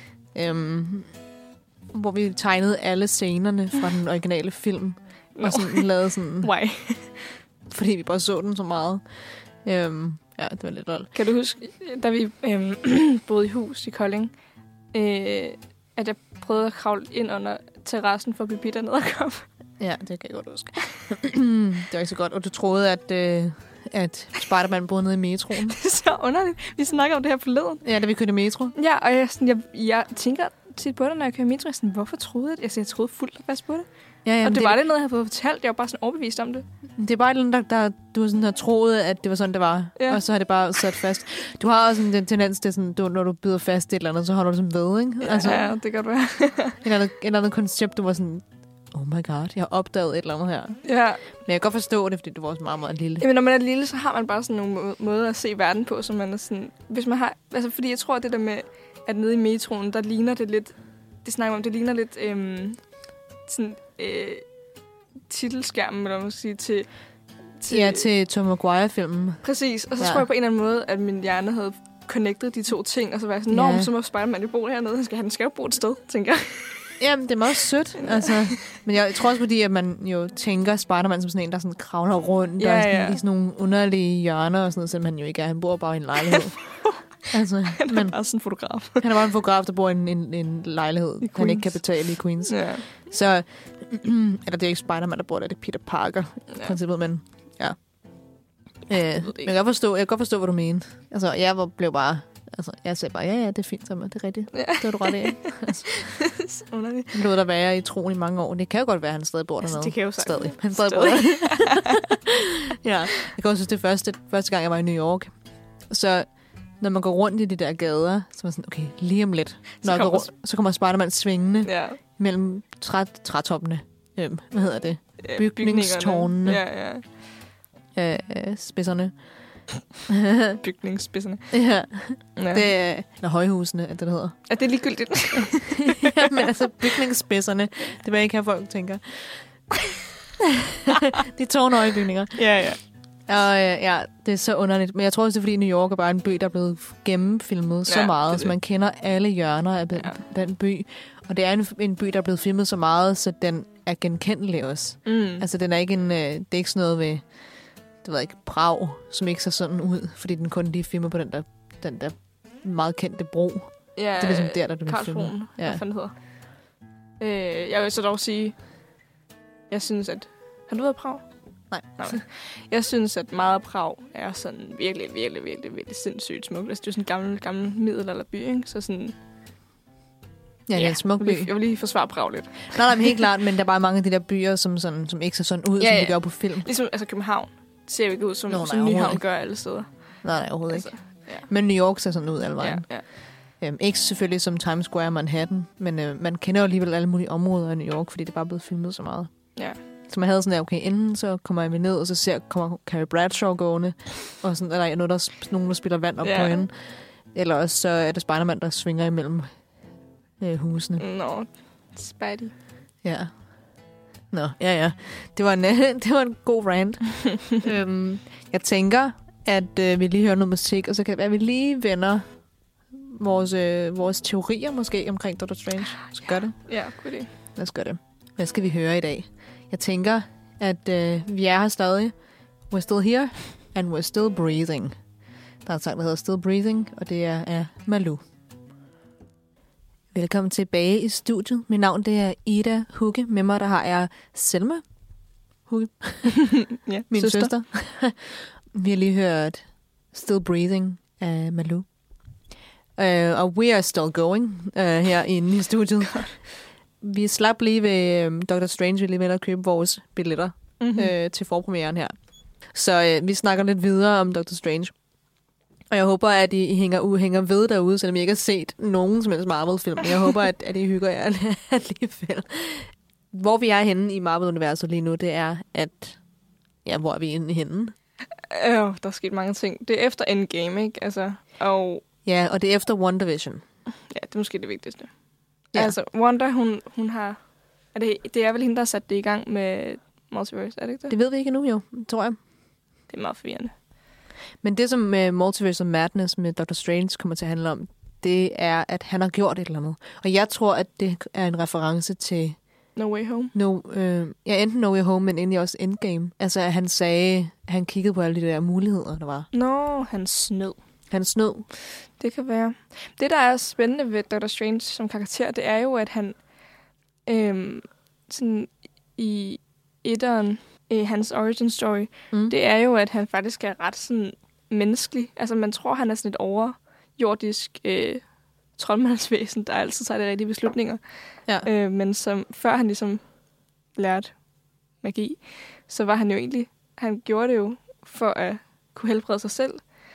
S2: um, hvor vi tegnede alle scenerne fra den originale film. No. Og sådan lavede sådan...
S3: Why?
S2: Fordi vi bare så den så meget. Um, ja, det var lidt lol.
S3: Kan du huske, da vi øhm, boede i hus i Kolding, øh, at jeg prøvede at kravle ind under terrassen for at blive bidt af nederkop?
S2: Ja, det kan jeg godt huske. Det var ikke så godt. Og du troede, at, øh, at Spider-Man boede nede i metroen?
S3: Det er så underligt. Vi snakker om det her forleden.
S2: Ja, da vi kørte metro.
S3: Ja, og jeg, sådan, jeg, jeg tænker tit på det, når jeg kører metro. Jeg sådan, hvorfor troede jeg det? Jeg, sådan, jeg troede fuldt og fast på det. Ja, jamen, og det, det var lidt noget, jeg havde fået fortalt. Jeg var bare sådan overbevist om det.
S2: Det er bare et eller andet, der, der du sådan har troet, at det var sådan, det var. Ja. Og så har det bare sat fast. Du har også sådan den tendens til, sådan, du, når du bider fast i et eller andet, så holder du sådan ved, ikke?
S3: Ja, altså, ja det kan du være.
S2: et, eller andet, et eller andet koncept, du var sådan, oh my god, jeg har opdaget et eller andet her.
S3: Ja.
S2: Men jeg kan godt forstå det, fordi du var også meget, meget lille.
S3: Jamen, når man er lille, så har man bare sådan nogle måder at se verden på, så man er sådan... Hvis man har... Altså, fordi jeg tror, at det der med, at nede i metroen, der ligner det lidt... Det snakker om, det ligner lidt... Øhm, sådan... Øh, titelskærmen, eller man skal sige, til...
S2: til ja, til Tom Maguire-filmen.
S3: Præcis. Og så ja. tror jeg på en eller anden måde, at min hjerne havde connected de to ting, og så var jeg sådan, norm, ja. så må Spider-Man jo bo hernede. Han skal, han skal jo bo et sted, tænker jeg.
S2: Jamen, det er meget sødt. Altså. Men jeg tror også, fordi at man jo tænker Spider-Man som sådan en, der sådan kravler rundt ja, og sådan, ja. i sådan nogle underlige hjørner og sådan noget, selvom han jo ikke er. Han bor bare i en lejlighed. altså,
S3: han er men, bare sådan en fotograf.
S2: han er bare en fotograf, der bor i en, en, en lejlighed, han ikke kan betale i Queens.
S3: Ja.
S2: Så, eller det er ikke Spider-Man, der bor der, det er Peter Parker, ja. princippet, men ja. Øh, jeg, jeg, kan godt forstå, jeg kan godt forstå, hvad du mener. Altså, jeg var, blev bare... Altså, jeg sagde bare, ja, ja, det er fint, Thomas. Det er rigtigt. Ja. Det var du ret af. Altså, han lod der være i troen i mange år. Det kan jo godt være, at han stadig bor
S3: altså,
S2: dernede.
S3: Det kan jo sagt.
S2: Stadig. Han stadig bor der. ja. Jeg kan også synes, det første, første gang, jeg var i New York. Så når man går rundt i de der gader, så er man sådan, okay, lige om lidt. Når så, kommer, rundt, så kommer Spider-Man svingende ja. mellem træ, trætoppene. Øhm, hvad hedder det?
S3: Ja,
S2: bygningstårnene.
S3: Ja,
S2: ja. Øh, spidserne.
S3: Bygningsspidserne.
S2: Ja. ja. Det er, eller højhusene, er det, der hedder.
S3: Er det ligegyldigt?
S2: ja, men altså bygningsspidserne. Det vil ikke have folk tænker. De tårnhøje bygninger.
S3: Ja, ja.
S2: Og ja, det er så underligt. Men jeg tror også, det er fordi New York er bare en by, der er blevet gennemfilmet ja, så meget, så man kender alle hjørner af den, ja. den by. Og det er en, en by, der er blevet filmet så meget, så den er genkendelig også. Mm. Altså, den er ikke en, det er ikke sådan noget ved, det ved jeg ikke, Prag, som ikke ser sådan ud, fordi den kun lige filmer på den der, den der meget kendte bro.
S3: Ja,
S2: det er ligesom der, der du
S3: kan filme. Karlsbroen, ja. Hvad fanden hedder. Øh, jeg vil så dog sige, jeg synes, at... Har du været i Prag?
S2: Nej.
S3: Nej. Jeg synes, at meget af Prag er sådan virkelig, virkelig, virkelig, virkelig sindssygt smukt. Altså, det er sådan en gammel, gammel middelalderby, ikke? Så sådan...
S2: Ja, det er en smuk by.
S3: Jeg vil, jeg vil lige forsvare Prag lidt.
S2: Nej, nej, men helt klart, men der er bare mange af de der byer, som, sådan, som ikke ser sådan ud, ja, som de gør på film.
S3: Ligesom altså København ser jo ikke ud, som, Nå, som nej, Nyhavn gør alle steder.
S2: Nej, nej, overhovedet altså, ikke. Ja. Men New York ser sådan ud alle vejen. Ja, ja. Øhm, ikke selvfølgelig som Times Square og Manhattan, men øh, man kender jo alligevel alle mulige områder i New York, fordi det er bare blevet filmet så meget.
S3: Ja.
S2: Så man havde sådan der, okay, enten så kommer jeg ned, og så ser, kommer Carrie Bradshaw gående, og sådan, eller noget, der, nogen, der spiller vand op yeah. på hende. Eller også så er det Spider-Man, der svinger imellem øh, husene.
S3: Nå, no. Spidey.
S2: Ja. Nå, ja, ja. Det var en, det var en god rant. øhm, jeg tænker, at øh, vi lige hører noget musik, og så kan det være, at vi lige vender vores, øh, vores teorier måske omkring Doctor Strange. Så gør det.
S3: Ja, god idé.
S2: Lad os gøre det. Hvad skal vi høre i dag? Jeg tænker, at øh, vi er her stadig. We're still here, and we're still breathing. Der er en sang, der hedder Still Breathing, og det er af Malou. Velkommen tilbage i studiet. Mit navn det er Ida Hugge. Med mig der har jeg Selma Hugge.
S3: ja,
S2: min
S3: søster.
S2: søster. Vi har lige hørt Still Breathing af Malou. Uh, og we are still going uh, her inde i studiet. Vi slap lige ved um, Doctor Strange, vi lige ved at købe vores billetter mm-hmm. uh, til forpremieren her. Så øh, vi snakker lidt videre om Doctor Strange. Og jeg håber, at I hænger, hænger ved derude, selvom I ikke har set nogen som helst Marvel-film. Jeg håber, at, at I hygger jer alligevel. Hvor vi er henne i Marvel-universet lige nu, det er, at... Ja, hvor er vi inde henne?
S3: Øh, der er sket mange ting. Det er efter Endgame, ikke? Altså, og...
S2: Ja, og det er efter WandaVision.
S3: Ja, det er måske det vigtigste. Ja. Altså, Wanda, hun, hun har... Er det, det er vel hende, der har sat det i gang med Multiverse, er det ikke det?
S2: Det ved vi ikke endnu, jo, tror jeg.
S3: Det er meget forvirrende.
S2: Men det, som uh, Multiverse of Madness med Doctor Strange kommer til at handle om, det er, at han har gjort et eller andet. Og jeg tror, at det er en reference til...
S3: No Way Home?
S2: No, øh, ja, enten No Way Home, men egentlig også Endgame. Altså, at han sagde, han kiggede på alle de der muligheder, der var.
S3: Nå, han snød.
S2: Han snød.
S3: Det kan være. Det, der er spændende ved Doctor Strange som karakter, det er jo, at han øhm, sådan i etteren, øh, hans origin story, mm. det er jo, at han faktisk er ret sådan menneskelig. Altså, man tror, han er sådan et overjordisk øh, troldmandsvæsen, der altid tager de rigtige beslutninger. Ja. Øh, men som, før han ligesom lærte magi, så var han jo egentlig, han gjorde det jo for at kunne helbrede sig selv.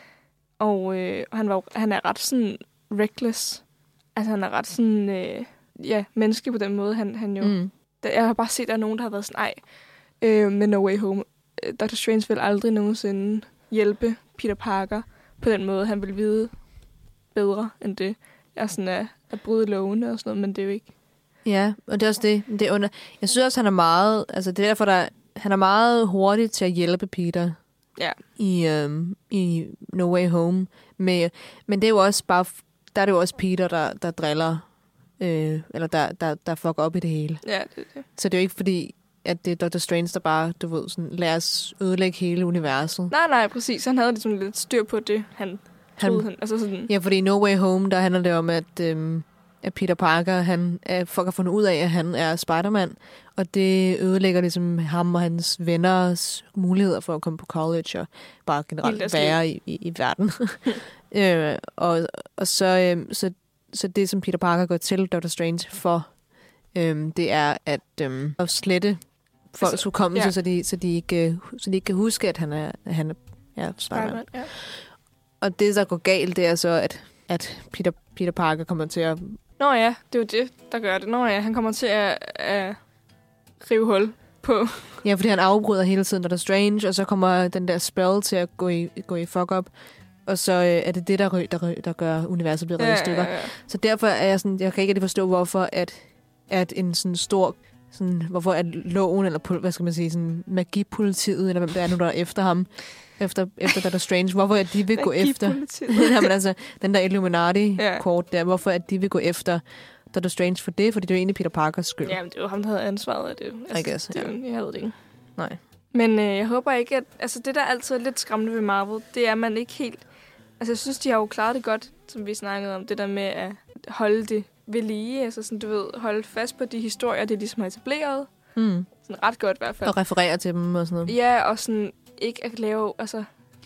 S3: Og øh, han, var, han er ret sådan reckless. Altså, han er ret sådan, øh, ja, menneskelig på den måde. Han, han jo, mm. der, jeg har bare set, at der er nogen, der har været sådan, ej, øh, med No Way Home. Doctor Strange vil aldrig nogensinde hjælpe Peter Parker på den måde. Han vil vide bedre end det. Er sådan at, at bryde lovene og sådan noget, men det er jo ikke.
S2: Ja, og det er også det. det er under. Jeg synes også, han er meget, altså det er derfor, der, han er meget hurtig til at hjælpe Peter.
S3: Ja.
S2: I, øhm, i No Way Home. Med, men det er jo også bare, der er det jo også Peter, der, der driller, øh, eller der, der, der fucker op i det hele.
S3: Ja, det er det.
S2: Så det er jo ikke fordi, at det er Doctor Strange, der bare, du ved, sådan, lad os ødelægge hele universet.
S3: Nej, nej, præcis. Han havde ligesom lidt styr på det, han troede. Han, han, altså sådan.
S2: Ja, fordi No Way Home, der handler det om, at, øhm, at Peter Parker, han er, folk har fundet ud af, at han er Spider-Man, og det ødelægger ligesom ham og hans venners muligheder for at komme på college og bare generelt være i, i, i verden. øh, og og så, øh, så, så det, som Peter Parker går til Doctor Strange for, øh, det er at, øh, at slette folks altså, hukommelse, ja. så, de, så, de ikke, så de ikke kan huske, at han er, han er ja, Spider-Man. Spider-Man ja. Og det, der går galt, det er så, at, at Peter, Peter Parker kommer til at...
S3: Nå ja, det er jo det, der gør det. Nå ja, han kommer til at, at rive hul på...
S2: Ja, fordi han afbryder hele tiden, når der er Strange, og så kommer den der spell til at gå i, gå i fuck-up. Og så øh, er det det, der, rø, der, rø, der gør universet bliver revet i stykker. Ja, ja, ja. Så derfor er jeg sådan... Jeg kan ikke rigtig forstå, hvorfor at, at en sådan stor... Sådan, hvorfor at loven, eller hvad skal man sige, sådan magipolitiet, eller hvem det er nu, der er efter ham, efter, efter Doctor Strange, hvorfor at de vil gå efter... Jamen, altså, den der Illuminati-kort der, hvorfor at de vil gå efter Doctor Strange for det, fordi det er jo egentlig Peter Parkers skyld.
S3: Jamen, det er jo ham, der havde ansvaret af det. Altså,
S2: I guess,
S3: det er,
S2: ja.
S3: Jeg ved det ikke.
S2: Nej.
S3: Men øh, jeg håber ikke, at... Altså, det der altid er lidt skræmmende ved Marvel, det er, at man ikke helt... Altså, jeg synes, de har jo klaret det godt, som vi snakkede om, det der med at holde det ved lige. Altså, sådan, du ved, holde fast på de historier, det ligesom har etableret.
S2: Mm.
S3: Sådan ret godt i hvert fald.
S2: Og referere til dem og sådan noget.
S3: Ja, og sådan ikke at lave... Altså,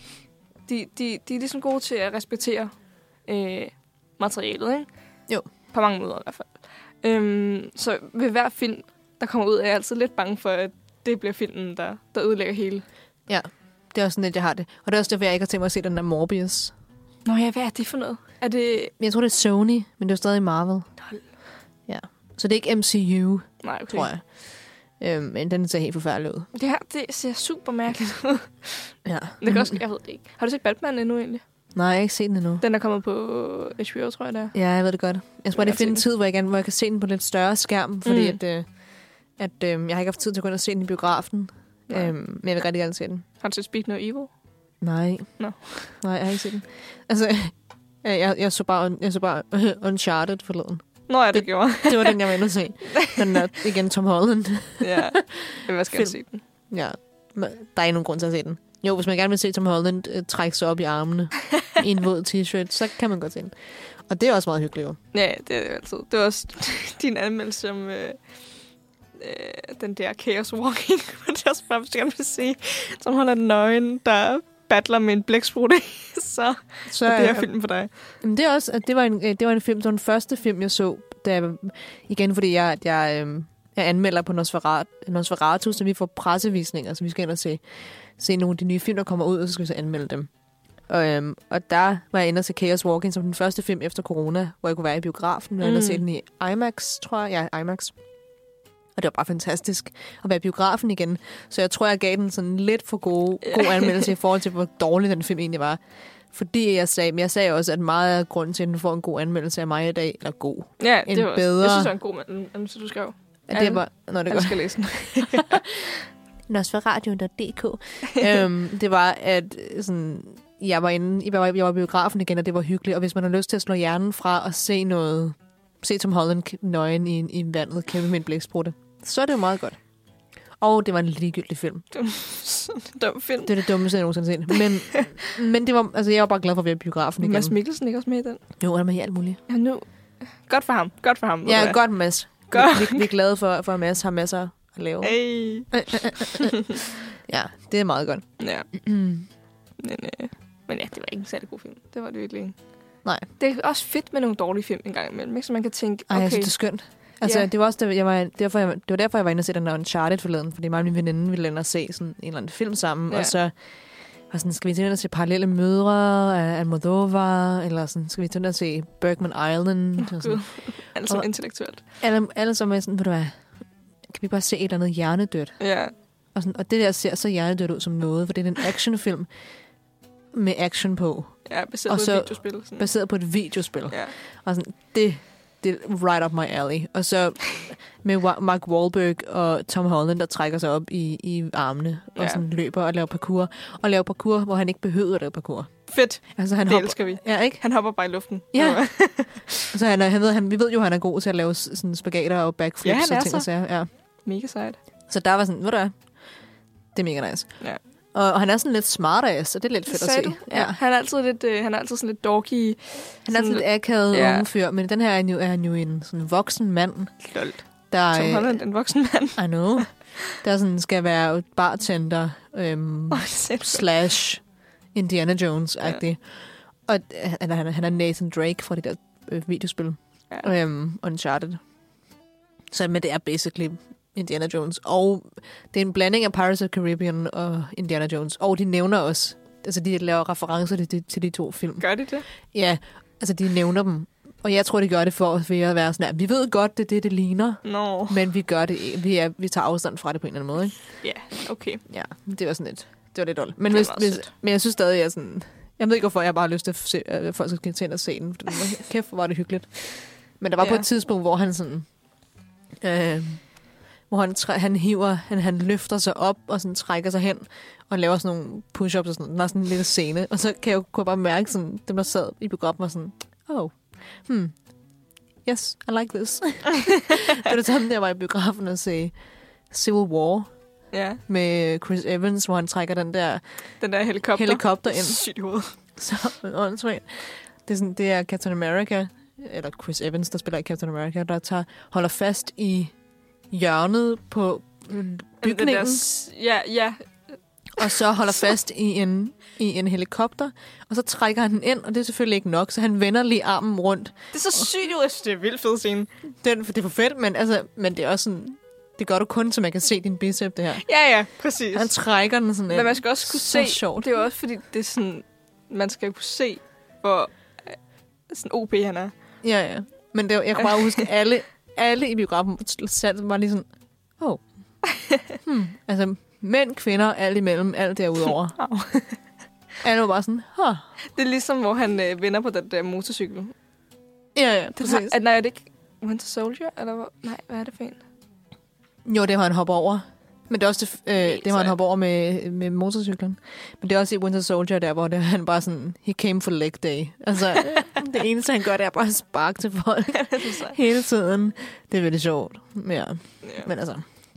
S3: de, de, de er ligesom gode til at respektere øh, materialet, ikke?
S2: Jo.
S3: På mange måder i hvert fald. Øhm, så ved hver film, der kommer ud, er jeg altid lidt bange for, at det bliver filmen, der, der ødelægger hele.
S2: Ja, det er også sådan lidt, jeg har det. Og det er også derfor, jeg ikke har tænkt mig at se den der Morbius.
S3: Nå ja, hvad er det for noget? Er det...
S2: Jeg tror, det er Sony, men det er jo stadig Marvel.
S3: Hold.
S2: Ja. Så det er ikke M C U,
S3: nej, okay.
S2: tror jeg. Øhm, men den ser helt forfærdelig ud.
S3: Det her, det ser super mærkeligt ud.
S2: Ja.
S3: Det kan også, jeg ved det ikke. Har du set Batman endnu egentlig?
S2: Nej, jeg har ikke set den endnu.
S3: Den er kommet på H B O, tror jeg, der.
S2: Ja, jeg ved det godt. Jeg skal bare lige finde en tid, hvor jeg, kan, hvor jeg kan se den på lidt større skærm, fordi mm. at, øh, at øh, jeg har ikke haft tid til at gå ind og se den i biografen. Øhm, men jeg vil rigtig gerne se den.
S3: Har du set Speak No Evil?
S2: Nej.
S3: No.
S2: Nej, jeg har ikke set den. Altså, jeg, jeg så bare, jeg så bare Uncharted forleden.
S3: Nå ja, det gjorde.
S2: Det var den, jeg var inde at se. Den der, igen, Tom Holland.
S3: Ja, jeg vil gerne se den.
S2: Ja, der er ikke nogen grund til at se den. Jo, hvis man gerne vil se Tom Holland uh, trække sig op i armene i en våd t-shirt, så kan man godt se den. Og det er også meget hyggeligt, jo.
S3: Ja, det er det altid. Det var også din anmeldelse om øh, øh, den der Chaos Walking. Det er også bare, hvis jeg gerne vil se Tom Holland nøgen, der battler med en blæksprutte, så, så er det her film for dig.
S2: Men det er også, at det var en, det var en film, det var den første film, jeg så, da jeg, igen fordi jeg, jeg, øh, jeg anmelder på Nosferatu, Nosferatu, så vi får pressevisninger, så vi skal ind og se. se nogle af de nye film, der kommer ud, og så skal vi så anmelde dem. Og, øhm, og der var jeg inde og se Chaos Walking som den første film efter corona, hvor jeg kunne være i biografen, og mm. jeg se den i IMAX, tror jeg. Ja, IMAX. Og det var bare fantastisk at være i biografen igen. Så jeg tror, jeg gav den sådan lidt for gode, god anmeldelse i forhold til, hvor dårlig den film egentlig var. Fordi jeg sagde, men jeg sagde også, at meget af grunden til, at den får en god anmeldelse af mig i dag, eller god.
S3: Ja,
S2: en
S3: det var,
S2: bedre.
S3: Jeg synes, det var en god anmeldelse, du skrev.
S2: Ja, det var, når det
S3: jeg skal læse den.
S2: nosferadio punktum d k øhm, Det var, at sådan, jeg var inde, jeg var, jeg var i biografen igen, og det var hyggeligt. Og hvis man har lyst til at slå hjernen fra og se noget, se Tom Holland nøgen i, i vandet, kæmpe med en blæksprutte, så er det jo meget godt. Og det var en ligegyldig film.
S3: Dum, dum film.
S2: Det er det dummeste, jeg nogensinde har set. Men, men det var, altså, jeg var bare glad for at være i biografen igen.
S3: Mads Mikkelsen ikke også med i den?
S2: Jo, han er med i alt muligt.
S3: Ja, nu. Godt for ham. Godt for ham.
S2: Ja, godt Mads. Godt. Vi, vi er glade for, for at Mads har masser at lave.
S3: Hey.
S2: Ja, det er meget godt.
S3: Ja. men, øh, men ja, det var ikke en særlig god film. Det var det virkelig ikke.
S2: Nej.
S3: Det er også fedt med nogle dårlige film en gang imellem, ikke? Så man kan tænke, okay.
S2: Ej, jeg synes, det er skønt. Altså, yeah. det var også der, jeg var, derfor, jeg, det var derfor, jeg var inde og se den der Uncharted forleden, fordi mig og min veninde ville inde og se sådan en eller anden film sammen, yeah. og så var sådan, skal vi til at se Parallelle Mødre af Almodovar, eller sådan, skal vi til at se Bergman Island?
S3: Oh, og sådan. Alt som intellektuelt.
S2: Alle, alle som er sådan, ved du hvad, kan vi bare se et eller andet hjernedødt?
S3: Ja. Yeah.
S2: Og, sådan, og det der ser så hjernedødt ud som noget, for det er en actionfilm med action på.
S3: Ja, baseret
S2: og
S3: på
S2: så,
S3: et videospil. Sådan.
S2: Baseret på et videospil.
S3: Ja.
S2: Og sådan, det... Det er right up my alley. Og så med Mark Wahlberg og Tom Holland, der trækker sig op i, i armene og
S3: ja.
S2: sådan løber og laver parkour. Og laver parkour, hvor han ikke behøver at lave parkour.
S3: Fedt.
S2: Altså, han
S3: det
S2: hopper,
S3: elsker vi.
S2: Ja, ikke?
S3: Han hopper bare i luften.
S2: Ja. Så han er, han ved, han, vi ved jo, at han er god til at lave sådan spagater og backflips
S3: ja, han
S2: og ting og sager. Ja,
S3: mega sejt.
S2: Så der var sådan, ved du hvad? Det er mega nice.
S3: Ja.
S2: Og, og han er sådan lidt smart-ass, og det er lidt fedt at se.
S3: Ja. ja. Han er altid lidt, øh, han er altid sådan lidt dorky.
S2: Han er sådan lidt akavet
S3: ja.
S2: unge fyr, men den her er han jo, er han jo en sådan voksen mand.
S3: Klolt.
S2: Der
S3: Tom Holland, en voksen mand.
S2: I know. Der sådan skal være bartender øhm, oh, slash Indiana Jones-agtig. Ja. Og han er, han er Nathan Drake fra det der øh, videospil. Ja. Øhm, Uncharted. Så men det er basically Indiana Jones. Og det er en blanding af Pirates of the Caribbean og Indiana Jones. Og de nævner også, altså de laver referencer til de, til de to film.
S3: Gør de det?
S2: Ja, altså de nævner dem. Og jeg tror, de gør det for at være sådan, at vi ved godt, det er det, det ligner.
S3: No.
S2: Men vi gør det, vi, er, vi tager afstand fra det på en eller anden måde, ikke?
S3: Ja, yeah, okay.
S2: Ja, det var sådan lidt, det var lidt dårligt. Men, hvis, hvis, men jeg synes stadig, jeg er sådan, jeg ved ikke, hvorfor jeg bare har lyst til at se, at folk skal til at se den. Kæft, hvor var det hyggeligt. Men der var ja. på et tidspunkt, hvor han sådan, øh, hvor han, træ, han hiver, han, han løfter sig op og sådan trækker sig hen og laver sådan nogle push-ups og sådan noget. Der er sådan en lille scene. Og så kan jeg jo kunne bare mærke, sådan, dem der sad i biografen var sådan, oh, hmm, yes, I like this. Det var det samme, der var i biografen at se Civil War
S3: ja.
S2: med Chris Evans, hvor han trækker den der,
S3: den der helikopter,
S2: helikopter ind.
S3: Sygt i hovedet.
S2: Så åndssvagt. Det er, sådan, det er Captain America, eller Chris Evans, der spiller i Captain America, der tager, holder fast i hjørnet på bygningen.
S3: Der, ja, ja.
S2: Og så holder fast i en, i en helikopter, og så trækker han den ind, og det er selvfølgelig ikke nok, så han vender lige armen rundt.
S3: Det er så sygt, jo. Det er vildt fed scene.
S2: Den, det er for fedt, men, altså, men det er også sådan, det gør du kun, så man kan se din bicep, det her.
S3: Ja, ja, præcis.
S2: Han trækker den sådan.
S3: Men man skal også kunne se,
S2: sjovt.
S3: Det er også fordi, det er sådan, man skal kunne se, hvor sådan O P han er.
S2: Ja, ja. Men det, jeg kan bare huske, alle, alle i biografen var lige sådan, åh, oh. hmm. altså mænd, kvinder, alt imellem, alt derudover. Alle var bare sådan, huh.
S3: Det er ligesom, hvor han øh, vinder på den der motorcykel.
S2: Ja, ja, præcis.
S3: Det, er, nej, er det ikke Winter Soldier? Eller hvor? Nej, hvad er det for en?
S2: Jo, det var han hopper over. Men det er også det, øh, det var han hopper over med, med motorcyklen. Men det er også i Winter Soldier, der hvor det, han bare sådan, he came for leg day. Altså, det eneste, han gør, det er bare at sparke til folk hele tiden. Det er virkelig sjovt. Ja. Ja. Men altså,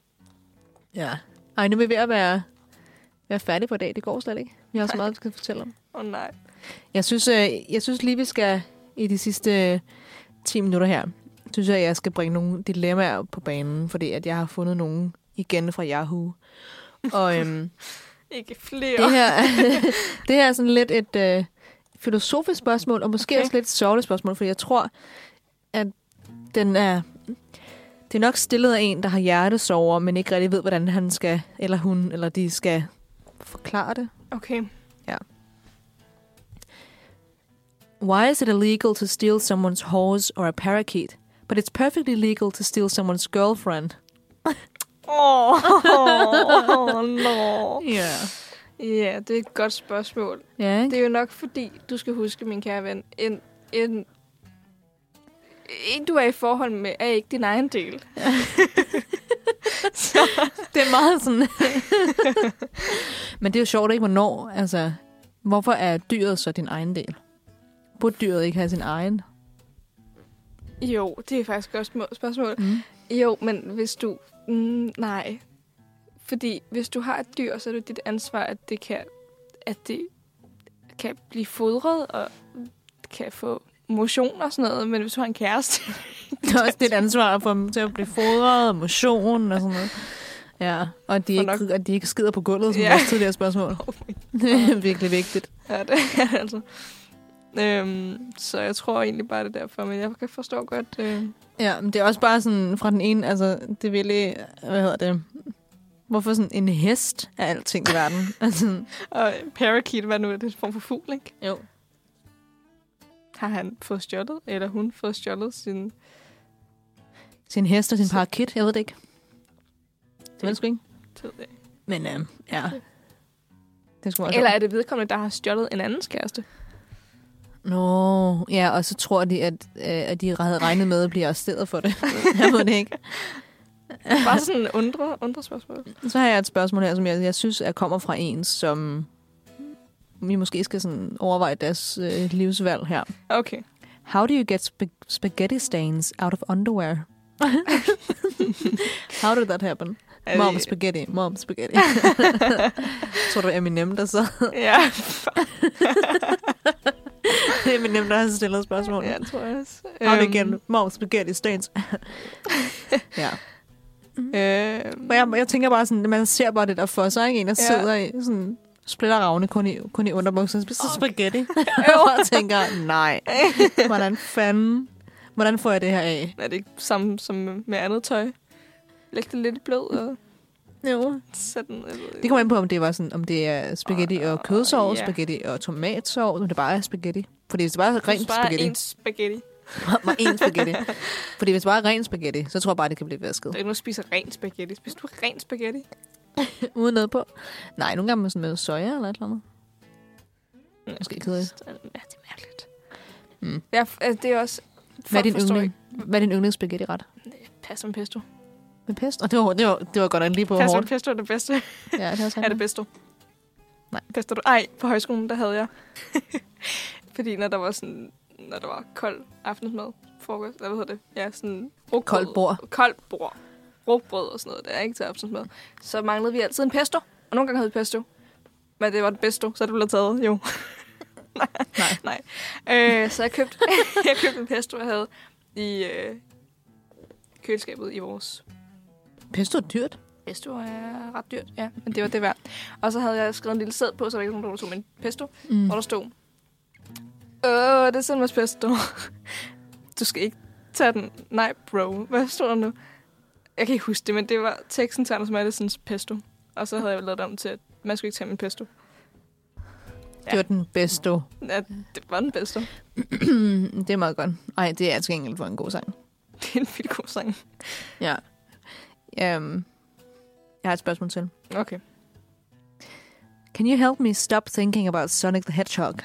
S2: ja. Ej, nu er vi ved at være, være færdige for i dag. Det går slet ikke. Vi har så meget, vi skal fortælle om.
S3: Åh oh, nej.
S2: Jeg synes, øh, jeg synes lige, vi skal i de sidste ti minutter her, synes jeg, jeg skal bringe nogle dilemmaer på banen, fordi at jeg har fundet nogle igen fra Yahoo. Og øhm,
S3: ikke flere.
S2: Det her, det her er sådan lidt et øh, filosofisk spørgsmål, og måske okay. også lidt et sørgeligt spørgsmål, for jeg tror, at den er, det er nok stillet af en, der har hjertesorger, men ikke rigtig ved, hvordan han skal, eller hun, eller de skal forklare det.
S3: Okay.
S2: Ja. Why is it illegal to steal someone's horse or a parakeet, but it's perfectly legal to steal someone's girlfriend?
S3: Åh, oh, oh, no.
S2: Ja.
S3: Ja, det er et godt spørgsmål.
S2: Ja, ikke?
S3: Det er jo nok fordi, du skal huske, min kære ven, en, en, en du er i forhold med, er ikke din egen del.
S2: Så. Det er meget sådan... Men det er jo sjovt, ikke? Hvornår, altså... Hvorfor er dyret så din egen del? Burde dyret ikke have sin egen?
S3: Jo, det er faktisk et godt spørgsmål. Mm. Jo, men hvis du... Mm, nej. Fordi hvis du har et dyr, så er det dit ansvar, at det kan, at det kan blive fodret og kan få motion og sådan noget. Men hvis du har en kæreste...
S2: Det er også dit ansvar for dem til at blive fodret og motion og sådan noget. Ja, og at de, ikke, nok... at de ikke skider på gulvet, som ja. Vores tidligere spørgsmål. Oh det er virkelig vigtigt.
S3: Ja, det er det altså. Øhm, så jeg tror egentlig bare, det er derfor, men jeg kan forstå godt... Øh...
S2: Ja, men det er også bare sådan fra den ene, altså det virkelig, hvad hedder det, hvorfor sådan en hest er alting i verden? Altså,
S3: og parakeet, hvad nu er det, en form for fugl, ikke?
S2: Jo.
S3: Har han fået stjålet, eller hun fået stjålet sin...
S2: Sin hest og sin parakeet, jeg ved det ikke. Det ved jeg sgu ikke.
S3: Det det.
S2: Men øh, ja.
S3: Det eller er det vedkommende, der har stjålet en andens kæreste?
S2: Nå, ja, og så tror de, at, øh, at de havde regnet med at blive arresteret for det. Jeg ved det ikke.
S3: Bare sådan en undre, undre spørgsmål.
S2: Så har jeg et spørgsmål her, som jeg, jeg synes er kommer fra en, som vi måske skal sådan overveje deres øh, livsvalg her.
S3: Okay.
S2: How do you get sp- spaghetti stains out of underwear? How did that happen? Mom spaghetti, mom spaghetti. Tror du, Eminem, der så?
S3: Ja.
S2: Det er Eminem, der har stillet spørgsmål.
S3: Ja, tror jeg også.
S2: How do you get mom spaghetti stains? Ja. Mm. Øh, jeg, jeg tænker bare sådan, man ser bare det der for sig, ikke? En, der ja. Sidder i sådan splitter ravne kun i, kun i underbukser og spiser okay. Spaghetti. Og jeg tænker, nej, hvordan fanden, hvordan får jeg det her af?
S3: Er det ikke samme som med andet tøj? Læg det lidt i blød og...
S2: Jo.
S3: Sådan,
S2: det kommer ind på, om det var sådan, om det er spaghetti og, og kødsovs, yeah. Spaghetti og tomatsovs, om det bare er spaghetti. Fordi hvis det bare er rent spaghetti...
S3: Én spaghetti.
S2: Bare én spaghetti. Fordi hvis det bare er ren spaghetti, så tror jeg bare, det kan blive vasket.
S3: Der er ikke nogen, der spiser ren spaghetti. Spiser du ren spaghetti?
S2: Uden noget på? Nej, nogle gange med sådan med soja eller et eller andet.
S3: Ja,
S2: måske kedeligt.
S3: Ja, det er mærkeligt. Mm. Ja, det er også...
S2: Hvad er din, yndling? Hvad er din yndlings spaghetti-ret?
S3: Pasta med pesto.
S2: Med pesto? Og det var, det var, det var godt nok lige på
S3: pasta
S2: hårdt.
S3: Pasta med pesto er det bedste.
S2: Ja, det er også
S3: er det pesto?
S2: Nej.
S3: Pesto, ej, på højskolen, der havde jeg. Fordi når der var sådan... Når der var kold aftensmad, frokost, eller hvad hedder det? Ja, sådan...
S2: Koldt bord.
S3: Koldt bord. Rugbrød og sådan noget, der er ikke til aftensmad. Så manglede vi altid en pesto. Og nogle gange havde vi pesto. Men det var det pesto, så det blev taget, jo. nej. Nej. nej. Øh, så jeg købte, jeg købte en pesto, jeg havde i øh, køleskabet i vores...
S2: Pesto er dyrt?
S3: Pesto er ret dyrt, ja. Men det var det værd. Og så havde jeg skrevet en lille sæd på, så der ikke nogen, der tog min pesto. Mm. Og der stod... Åh, det er sådan med pesto. Du skal ikke tage den. Nej, bro. Hvad stod der nu? Jeg kan ikke huske det, men det var teksten til Anders Mattesens pesto. Og så havde jeg lavet om til, at man skulle ikke tage min pesto.
S2: Ja. Det var den besto.
S3: Ja, det var den besto.
S2: Det er meget godt. Ej, det er altså enkelt for en god sang.
S3: Det er en vildt god sang.
S2: Ja. Um, jeg har et spørgsmål til.
S3: Okay.
S2: Can you help me stop thinking about Sonic the Hedgehog?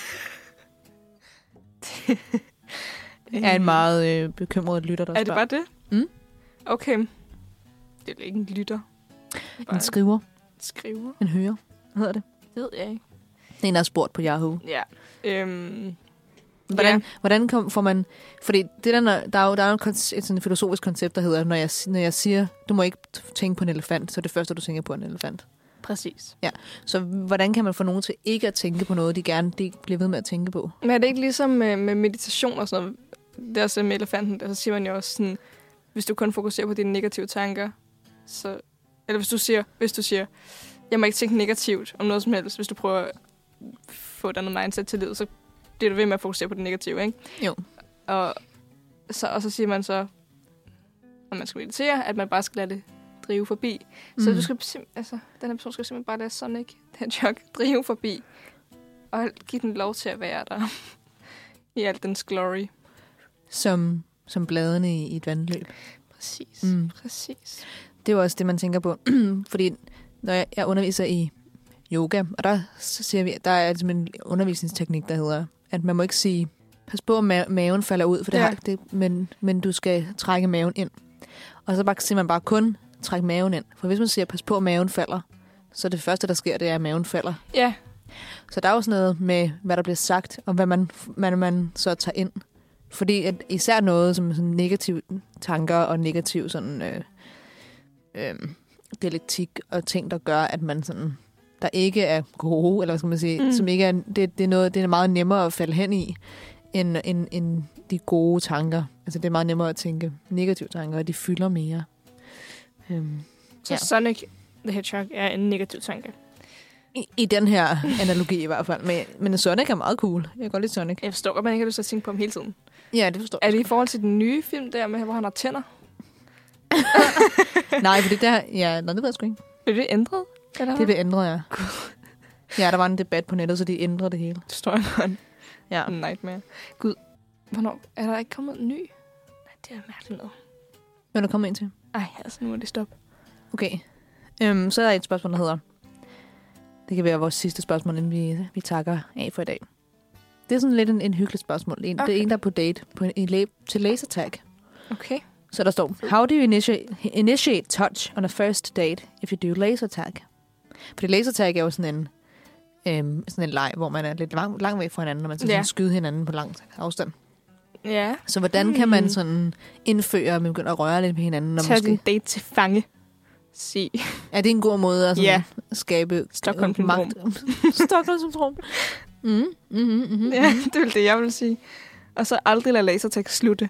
S2: er en meget øh, bekymret lytter, der
S3: spørger. Er det bare det?
S2: Mm?
S3: Okay. Det er ikke en lytter.
S2: Bare en skriver. En
S3: skriver?
S2: En hører. Hvad hedder det?
S3: Det ved jeg ikke.
S2: Det er en, der har spurgt på Yahoo.
S3: Ja. Øhm,
S2: hvordan,
S3: ja.
S2: hvordan kom, får man... Fordi det der, der er jo, der er jo et, et sådan filosofisk koncept, der hedder, når jeg, når jeg siger, du må ikke tænke på en elefant, så er det første, du tænker på en elefant.
S3: Præcis.
S2: Ja. Så hvordan kan man få nogen til ikke at tænke på noget, de gerne de bliver ved med at tænke på?
S3: Men er det ikke ligesom med, med meditation og sådan noget? Det er også med elefanten, der så siger man jo også sådan, hvis du kun fokuserer på dine negative tanker, så... Eller hvis du siger, hvis du siger, jeg må ikke tænke negativt om noget som helst, hvis du prøver at få et andet mindset til livet, så bliver du ved med at fokusere på det negative, ikke?
S2: Jo.
S3: Og så, og så siger man så, når man skal meditere, at man bare skal lade det drive forbi. Mm. Så du skal sim- altså, den her person skal simpelthen bare lade Sonic the Hedgehog drive forbi. Og give den lov til at være der. I alt dens glory.
S2: Som, som bladene i, i et vandløb.
S3: Præcis,
S2: mm.
S3: præcis.
S2: Det er jo også det, man tænker på. Fordi når jeg, jeg underviser i yoga, og der så siger vi, der er altså en undervisningsteknik, der hedder, at man må ikke sige, pas på, at ma- maven falder ud, for det ja. har det, men, men du skal trække maven ind. Og så bare, siger man bare kun, træk maven ind. For hvis man siger, pas på, at maven falder, så det første, der sker, det er, at maven falder.
S3: Ja.
S2: Så der er jo sådan noget med, hvad der bliver sagt, og hvad man, man, man så tager ind. Fordi at især noget som sådan negative tanker og negativ sådan, øh, øh, dialektik og ting, der gør, at man sådan, der ikke er gode, eller hvad skal man sige, mm. som ikke er, det, det, er noget, det er meget nemmere at falde hen i, end, end, end de gode tanker. Altså det er meget nemmere at tænke negative tanker, og de fylder mere. Øhm,
S3: så ja. Sonic the Hedgehog er en negativ tanke?
S2: I, I den her analogi i hvert fald. Men, men Sonic er meget cool. Jeg kan godt lide Sonic.
S3: Jeg forstår godt, man ikke har lyst til at tænke på ham hele tiden.
S2: Ja, det forstår
S3: jeg. Er det i forhold til den nye film der, med, hvor han har tænder?
S2: Nej, for det der... Ja, nej, det ved jeg sgu ikke.
S3: Er det ændret?
S2: Eller? Det blev ændret, ja. Ja, der var en debat på nettet, så de ændrede det hele.
S3: Det står jeg godt.
S2: Ja.
S3: Nightmare. Gud, hvornår er der ikke kommet en ny? Nej, det er mærkeligt noget.
S2: Hvad er der kommet ind til?
S3: Ej, altså nu er det stop.
S2: Okay. Øhm, så er der et spørgsmål, der hedder... Det kan være vores sidste spørgsmål, inden vi, vi takker af for i dag. Det er sådan lidt en, en hyggelig spørgsmål. En, okay. Det er en, der er på date på en, en læb, til lasertag.
S3: Okay.
S2: Så der står, how do you initiate, initiate touch on a first date if you do lasertag? Fordi lasertag er jo sådan en, øhm, sådan en leg, hvor man er lidt lang, lang væk fra hinanden, og man skal ja. skyde hinanden på lang afstand.
S3: Ja.
S2: Så hvordan kan man sådan indføre, at man begynder at røre lidt på hinanden?
S3: Tag måske... en date til fange. Sig.
S2: Er det en god måde at sådan
S3: ja.
S2: skabe
S3: Stockholm-syndrom?
S2: Stockholm-syndrom. Mm, mm, mm, mm,
S3: ja, det er det, jeg vil sige. Og så aldrig lade lasertag slutte.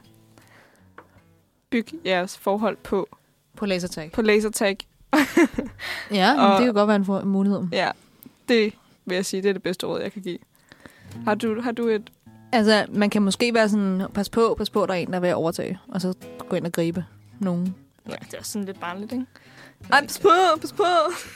S3: Byg jeres forhold på...
S2: På lasertag.
S3: På lasertag.
S2: Ja, og, det kan godt være en, for- en mulighed.
S3: Ja, det vil jeg sige, det er det bedste råd, jeg kan give. Har du, har du et...
S2: Altså, man kan måske være sådan, pas på, pas på, der er en, der er ved at overtage, og så gå ind og gribe nogen.
S3: Ja, det er sådan lidt barnligt, ikke? Ej, pas på, pas på!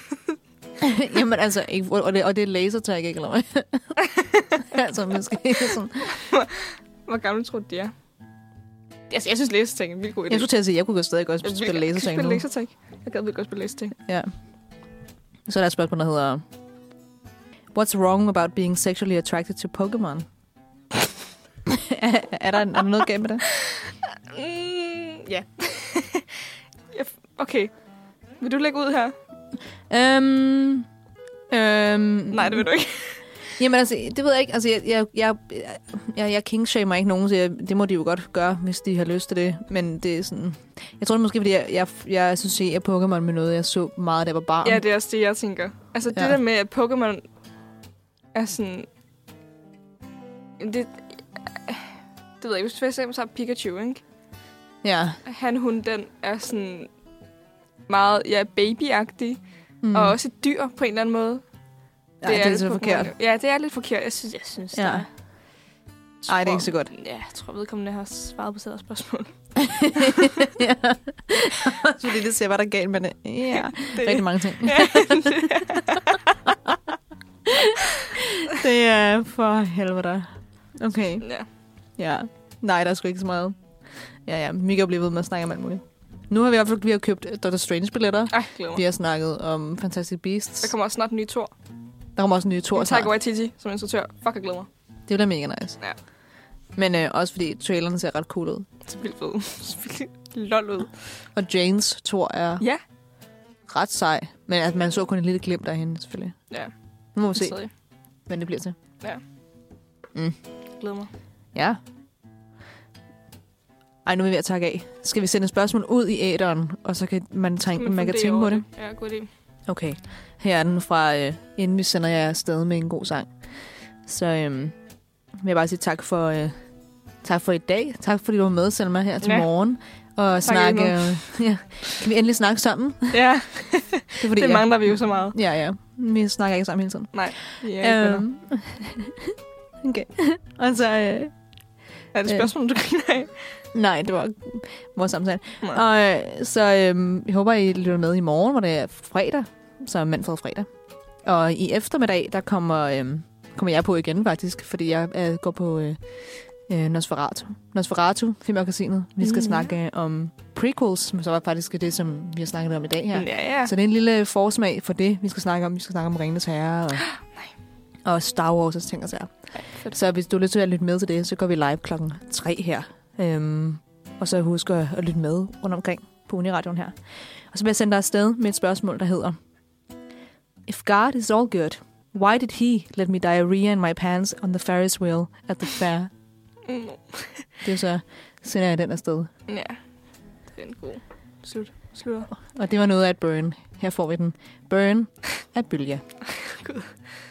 S2: Jamen altså, ikke, og, det, og det er lasertag, ikke, eller hvad? Altså, måske sådan...
S3: Hvor, hvor gammel tror du, de er? Altså, jeg synes, lasertag er en vildt god idé.
S2: Jeg skulle til at sige, at jeg kunne stadig godt spille lasertag nu. Jeg
S3: kan spille lasertag. Jeg gad vildt godt spille lasertag.
S2: Ja. Så er der et spørgsmål, der hedder... What's wrong about being sexually attracted to Pokémon? er, er, der, er der noget galt med det?
S3: Mm, ja. Okay. Vil du lægge ud her?
S2: Øhm... øhm
S3: Nej, det vil du ikke.
S2: Jamen altså, det ved jeg ikke. Altså, jeg, jeg, jeg, jeg, jeg kingshamer ikke nogen, så jeg, det må de jo godt gøre, hvis de har lyst til det. Men det er sådan... Jeg tror det måske, fordi jeg, jeg, jeg associerer Pokémon med noget, jeg så meget, da jeg var barn.
S3: Ja, det er også det, jeg tænker. Altså, det ja. der med, at Pokémon er sådan... Det, det ved jeg ikke. Hvis du for eksempel så har Pikachu, ikke?
S2: Ja.
S3: Han, hun, den er sådan meget, ja, babyagtig. Mm. Og også et dyr på en eller anden måde.
S2: Det Ej, er, det er så forkert.
S3: Ja, det er lidt forkert. Jeg synes, jeg synes
S2: ja.
S3: det er...
S2: Ej, det er ikke så godt.
S3: Ja, jeg tror, vedkommende har svaret på sædere spørgsmål.
S2: Ja. Fordi det ser, hvad der er galt med det. Ja, det... rigtig mange ting. Ja, det... det er for helvede. Okay.
S3: Ja.
S2: Ja. Nej, der er sgu ikke så meget. Ja, ja. Mika bliver ved med at snakke om alt muligt. Nu har vi i hvert fald vi har købt Doctor Strange-billetter.
S3: Ej,
S2: vi har snakket om Fantastic Beasts.
S3: Der kommer også snart en ny Thor.
S2: Der kommer også en ny Thor.
S3: Taika Waititi som instruktør. Fuck, jeg glæder mig.
S2: Det bliver mega nice.
S3: Ja.
S2: Men øh, også fordi traileren ser ret cool ud.
S3: Det er vildt fed. Det er vildt lol ud.
S2: Og Janes Thor er
S3: ja.
S2: ret sej. Men at man så kun en lille glimt af hende, selvfølgelig.
S3: Ja.
S2: Nu må vi se, men det bliver til.
S3: Ja.
S2: Mm.
S3: Jeg glæder mig.
S2: Ja. Ej, nu er vi ved at takke af. Skal vi sende et spørgsmål ud i æteren, og så kan man, tænke, man, man kan tænke på det?
S3: Ja, god idé.
S2: Okay. Her er den fra, øh, inden vi sender jer afsted med en god sang. Så øh, vil jeg bare sige tak for, øh, tak for i dag. Tak fordi du var med, Selma, her til ja. morgen. Og snakke, øh, ja. Kan vi endelig snakke sammen?
S3: Ja,
S2: det, er fordi,
S3: det mangler ja. vi jo så meget.
S2: Ja, ja. Vi snakker ikke sammen hele tiden.
S3: Nej, vi er ikke
S2: øhm. Okay. Og så... Øh,
S3: Er det spørgsmål, du griner af?
S2: Nej, det var vores samtale. Og, øh, så øh, jeg håber, I lytter med i morgen, hvor det er fredag. Så er Manfred fredag. Og i eftermiddag, der kommer, øh, kommer jeg på igen faktisk, fordi jeg øh, går på øh, øh, Nosferatu. Nosferatu, filmmagasinet. Vi skal mm. snakke om prequels, som så var faktisk det, som vi har snakket om i dag her.
S3: Ja, ja.
S2: Så det er en lille forsmag for det, vi skal snakke om. Vi skal snakke om Ringenes Herre og, og Star Wars og ting og sager. Så hvis du har lyst til at lytte med til det, så går vi live klokken tre her. Øhm, og så husk at, at lytte med rundt omkring på Uniradioen her. Og så vil jeg sende dig afsted med et spørgsmål, der hedder: If God is all good, why did he let me diarrhea in my pants on the Ferris wheel at the fair? Mm. Det er så, sender jeg den afsted.
S3: Ja, det er en god slut. Slutter.
S2: Og det var noget af et burn. Her får vi den. Burn af Bølge.
S3: Gud.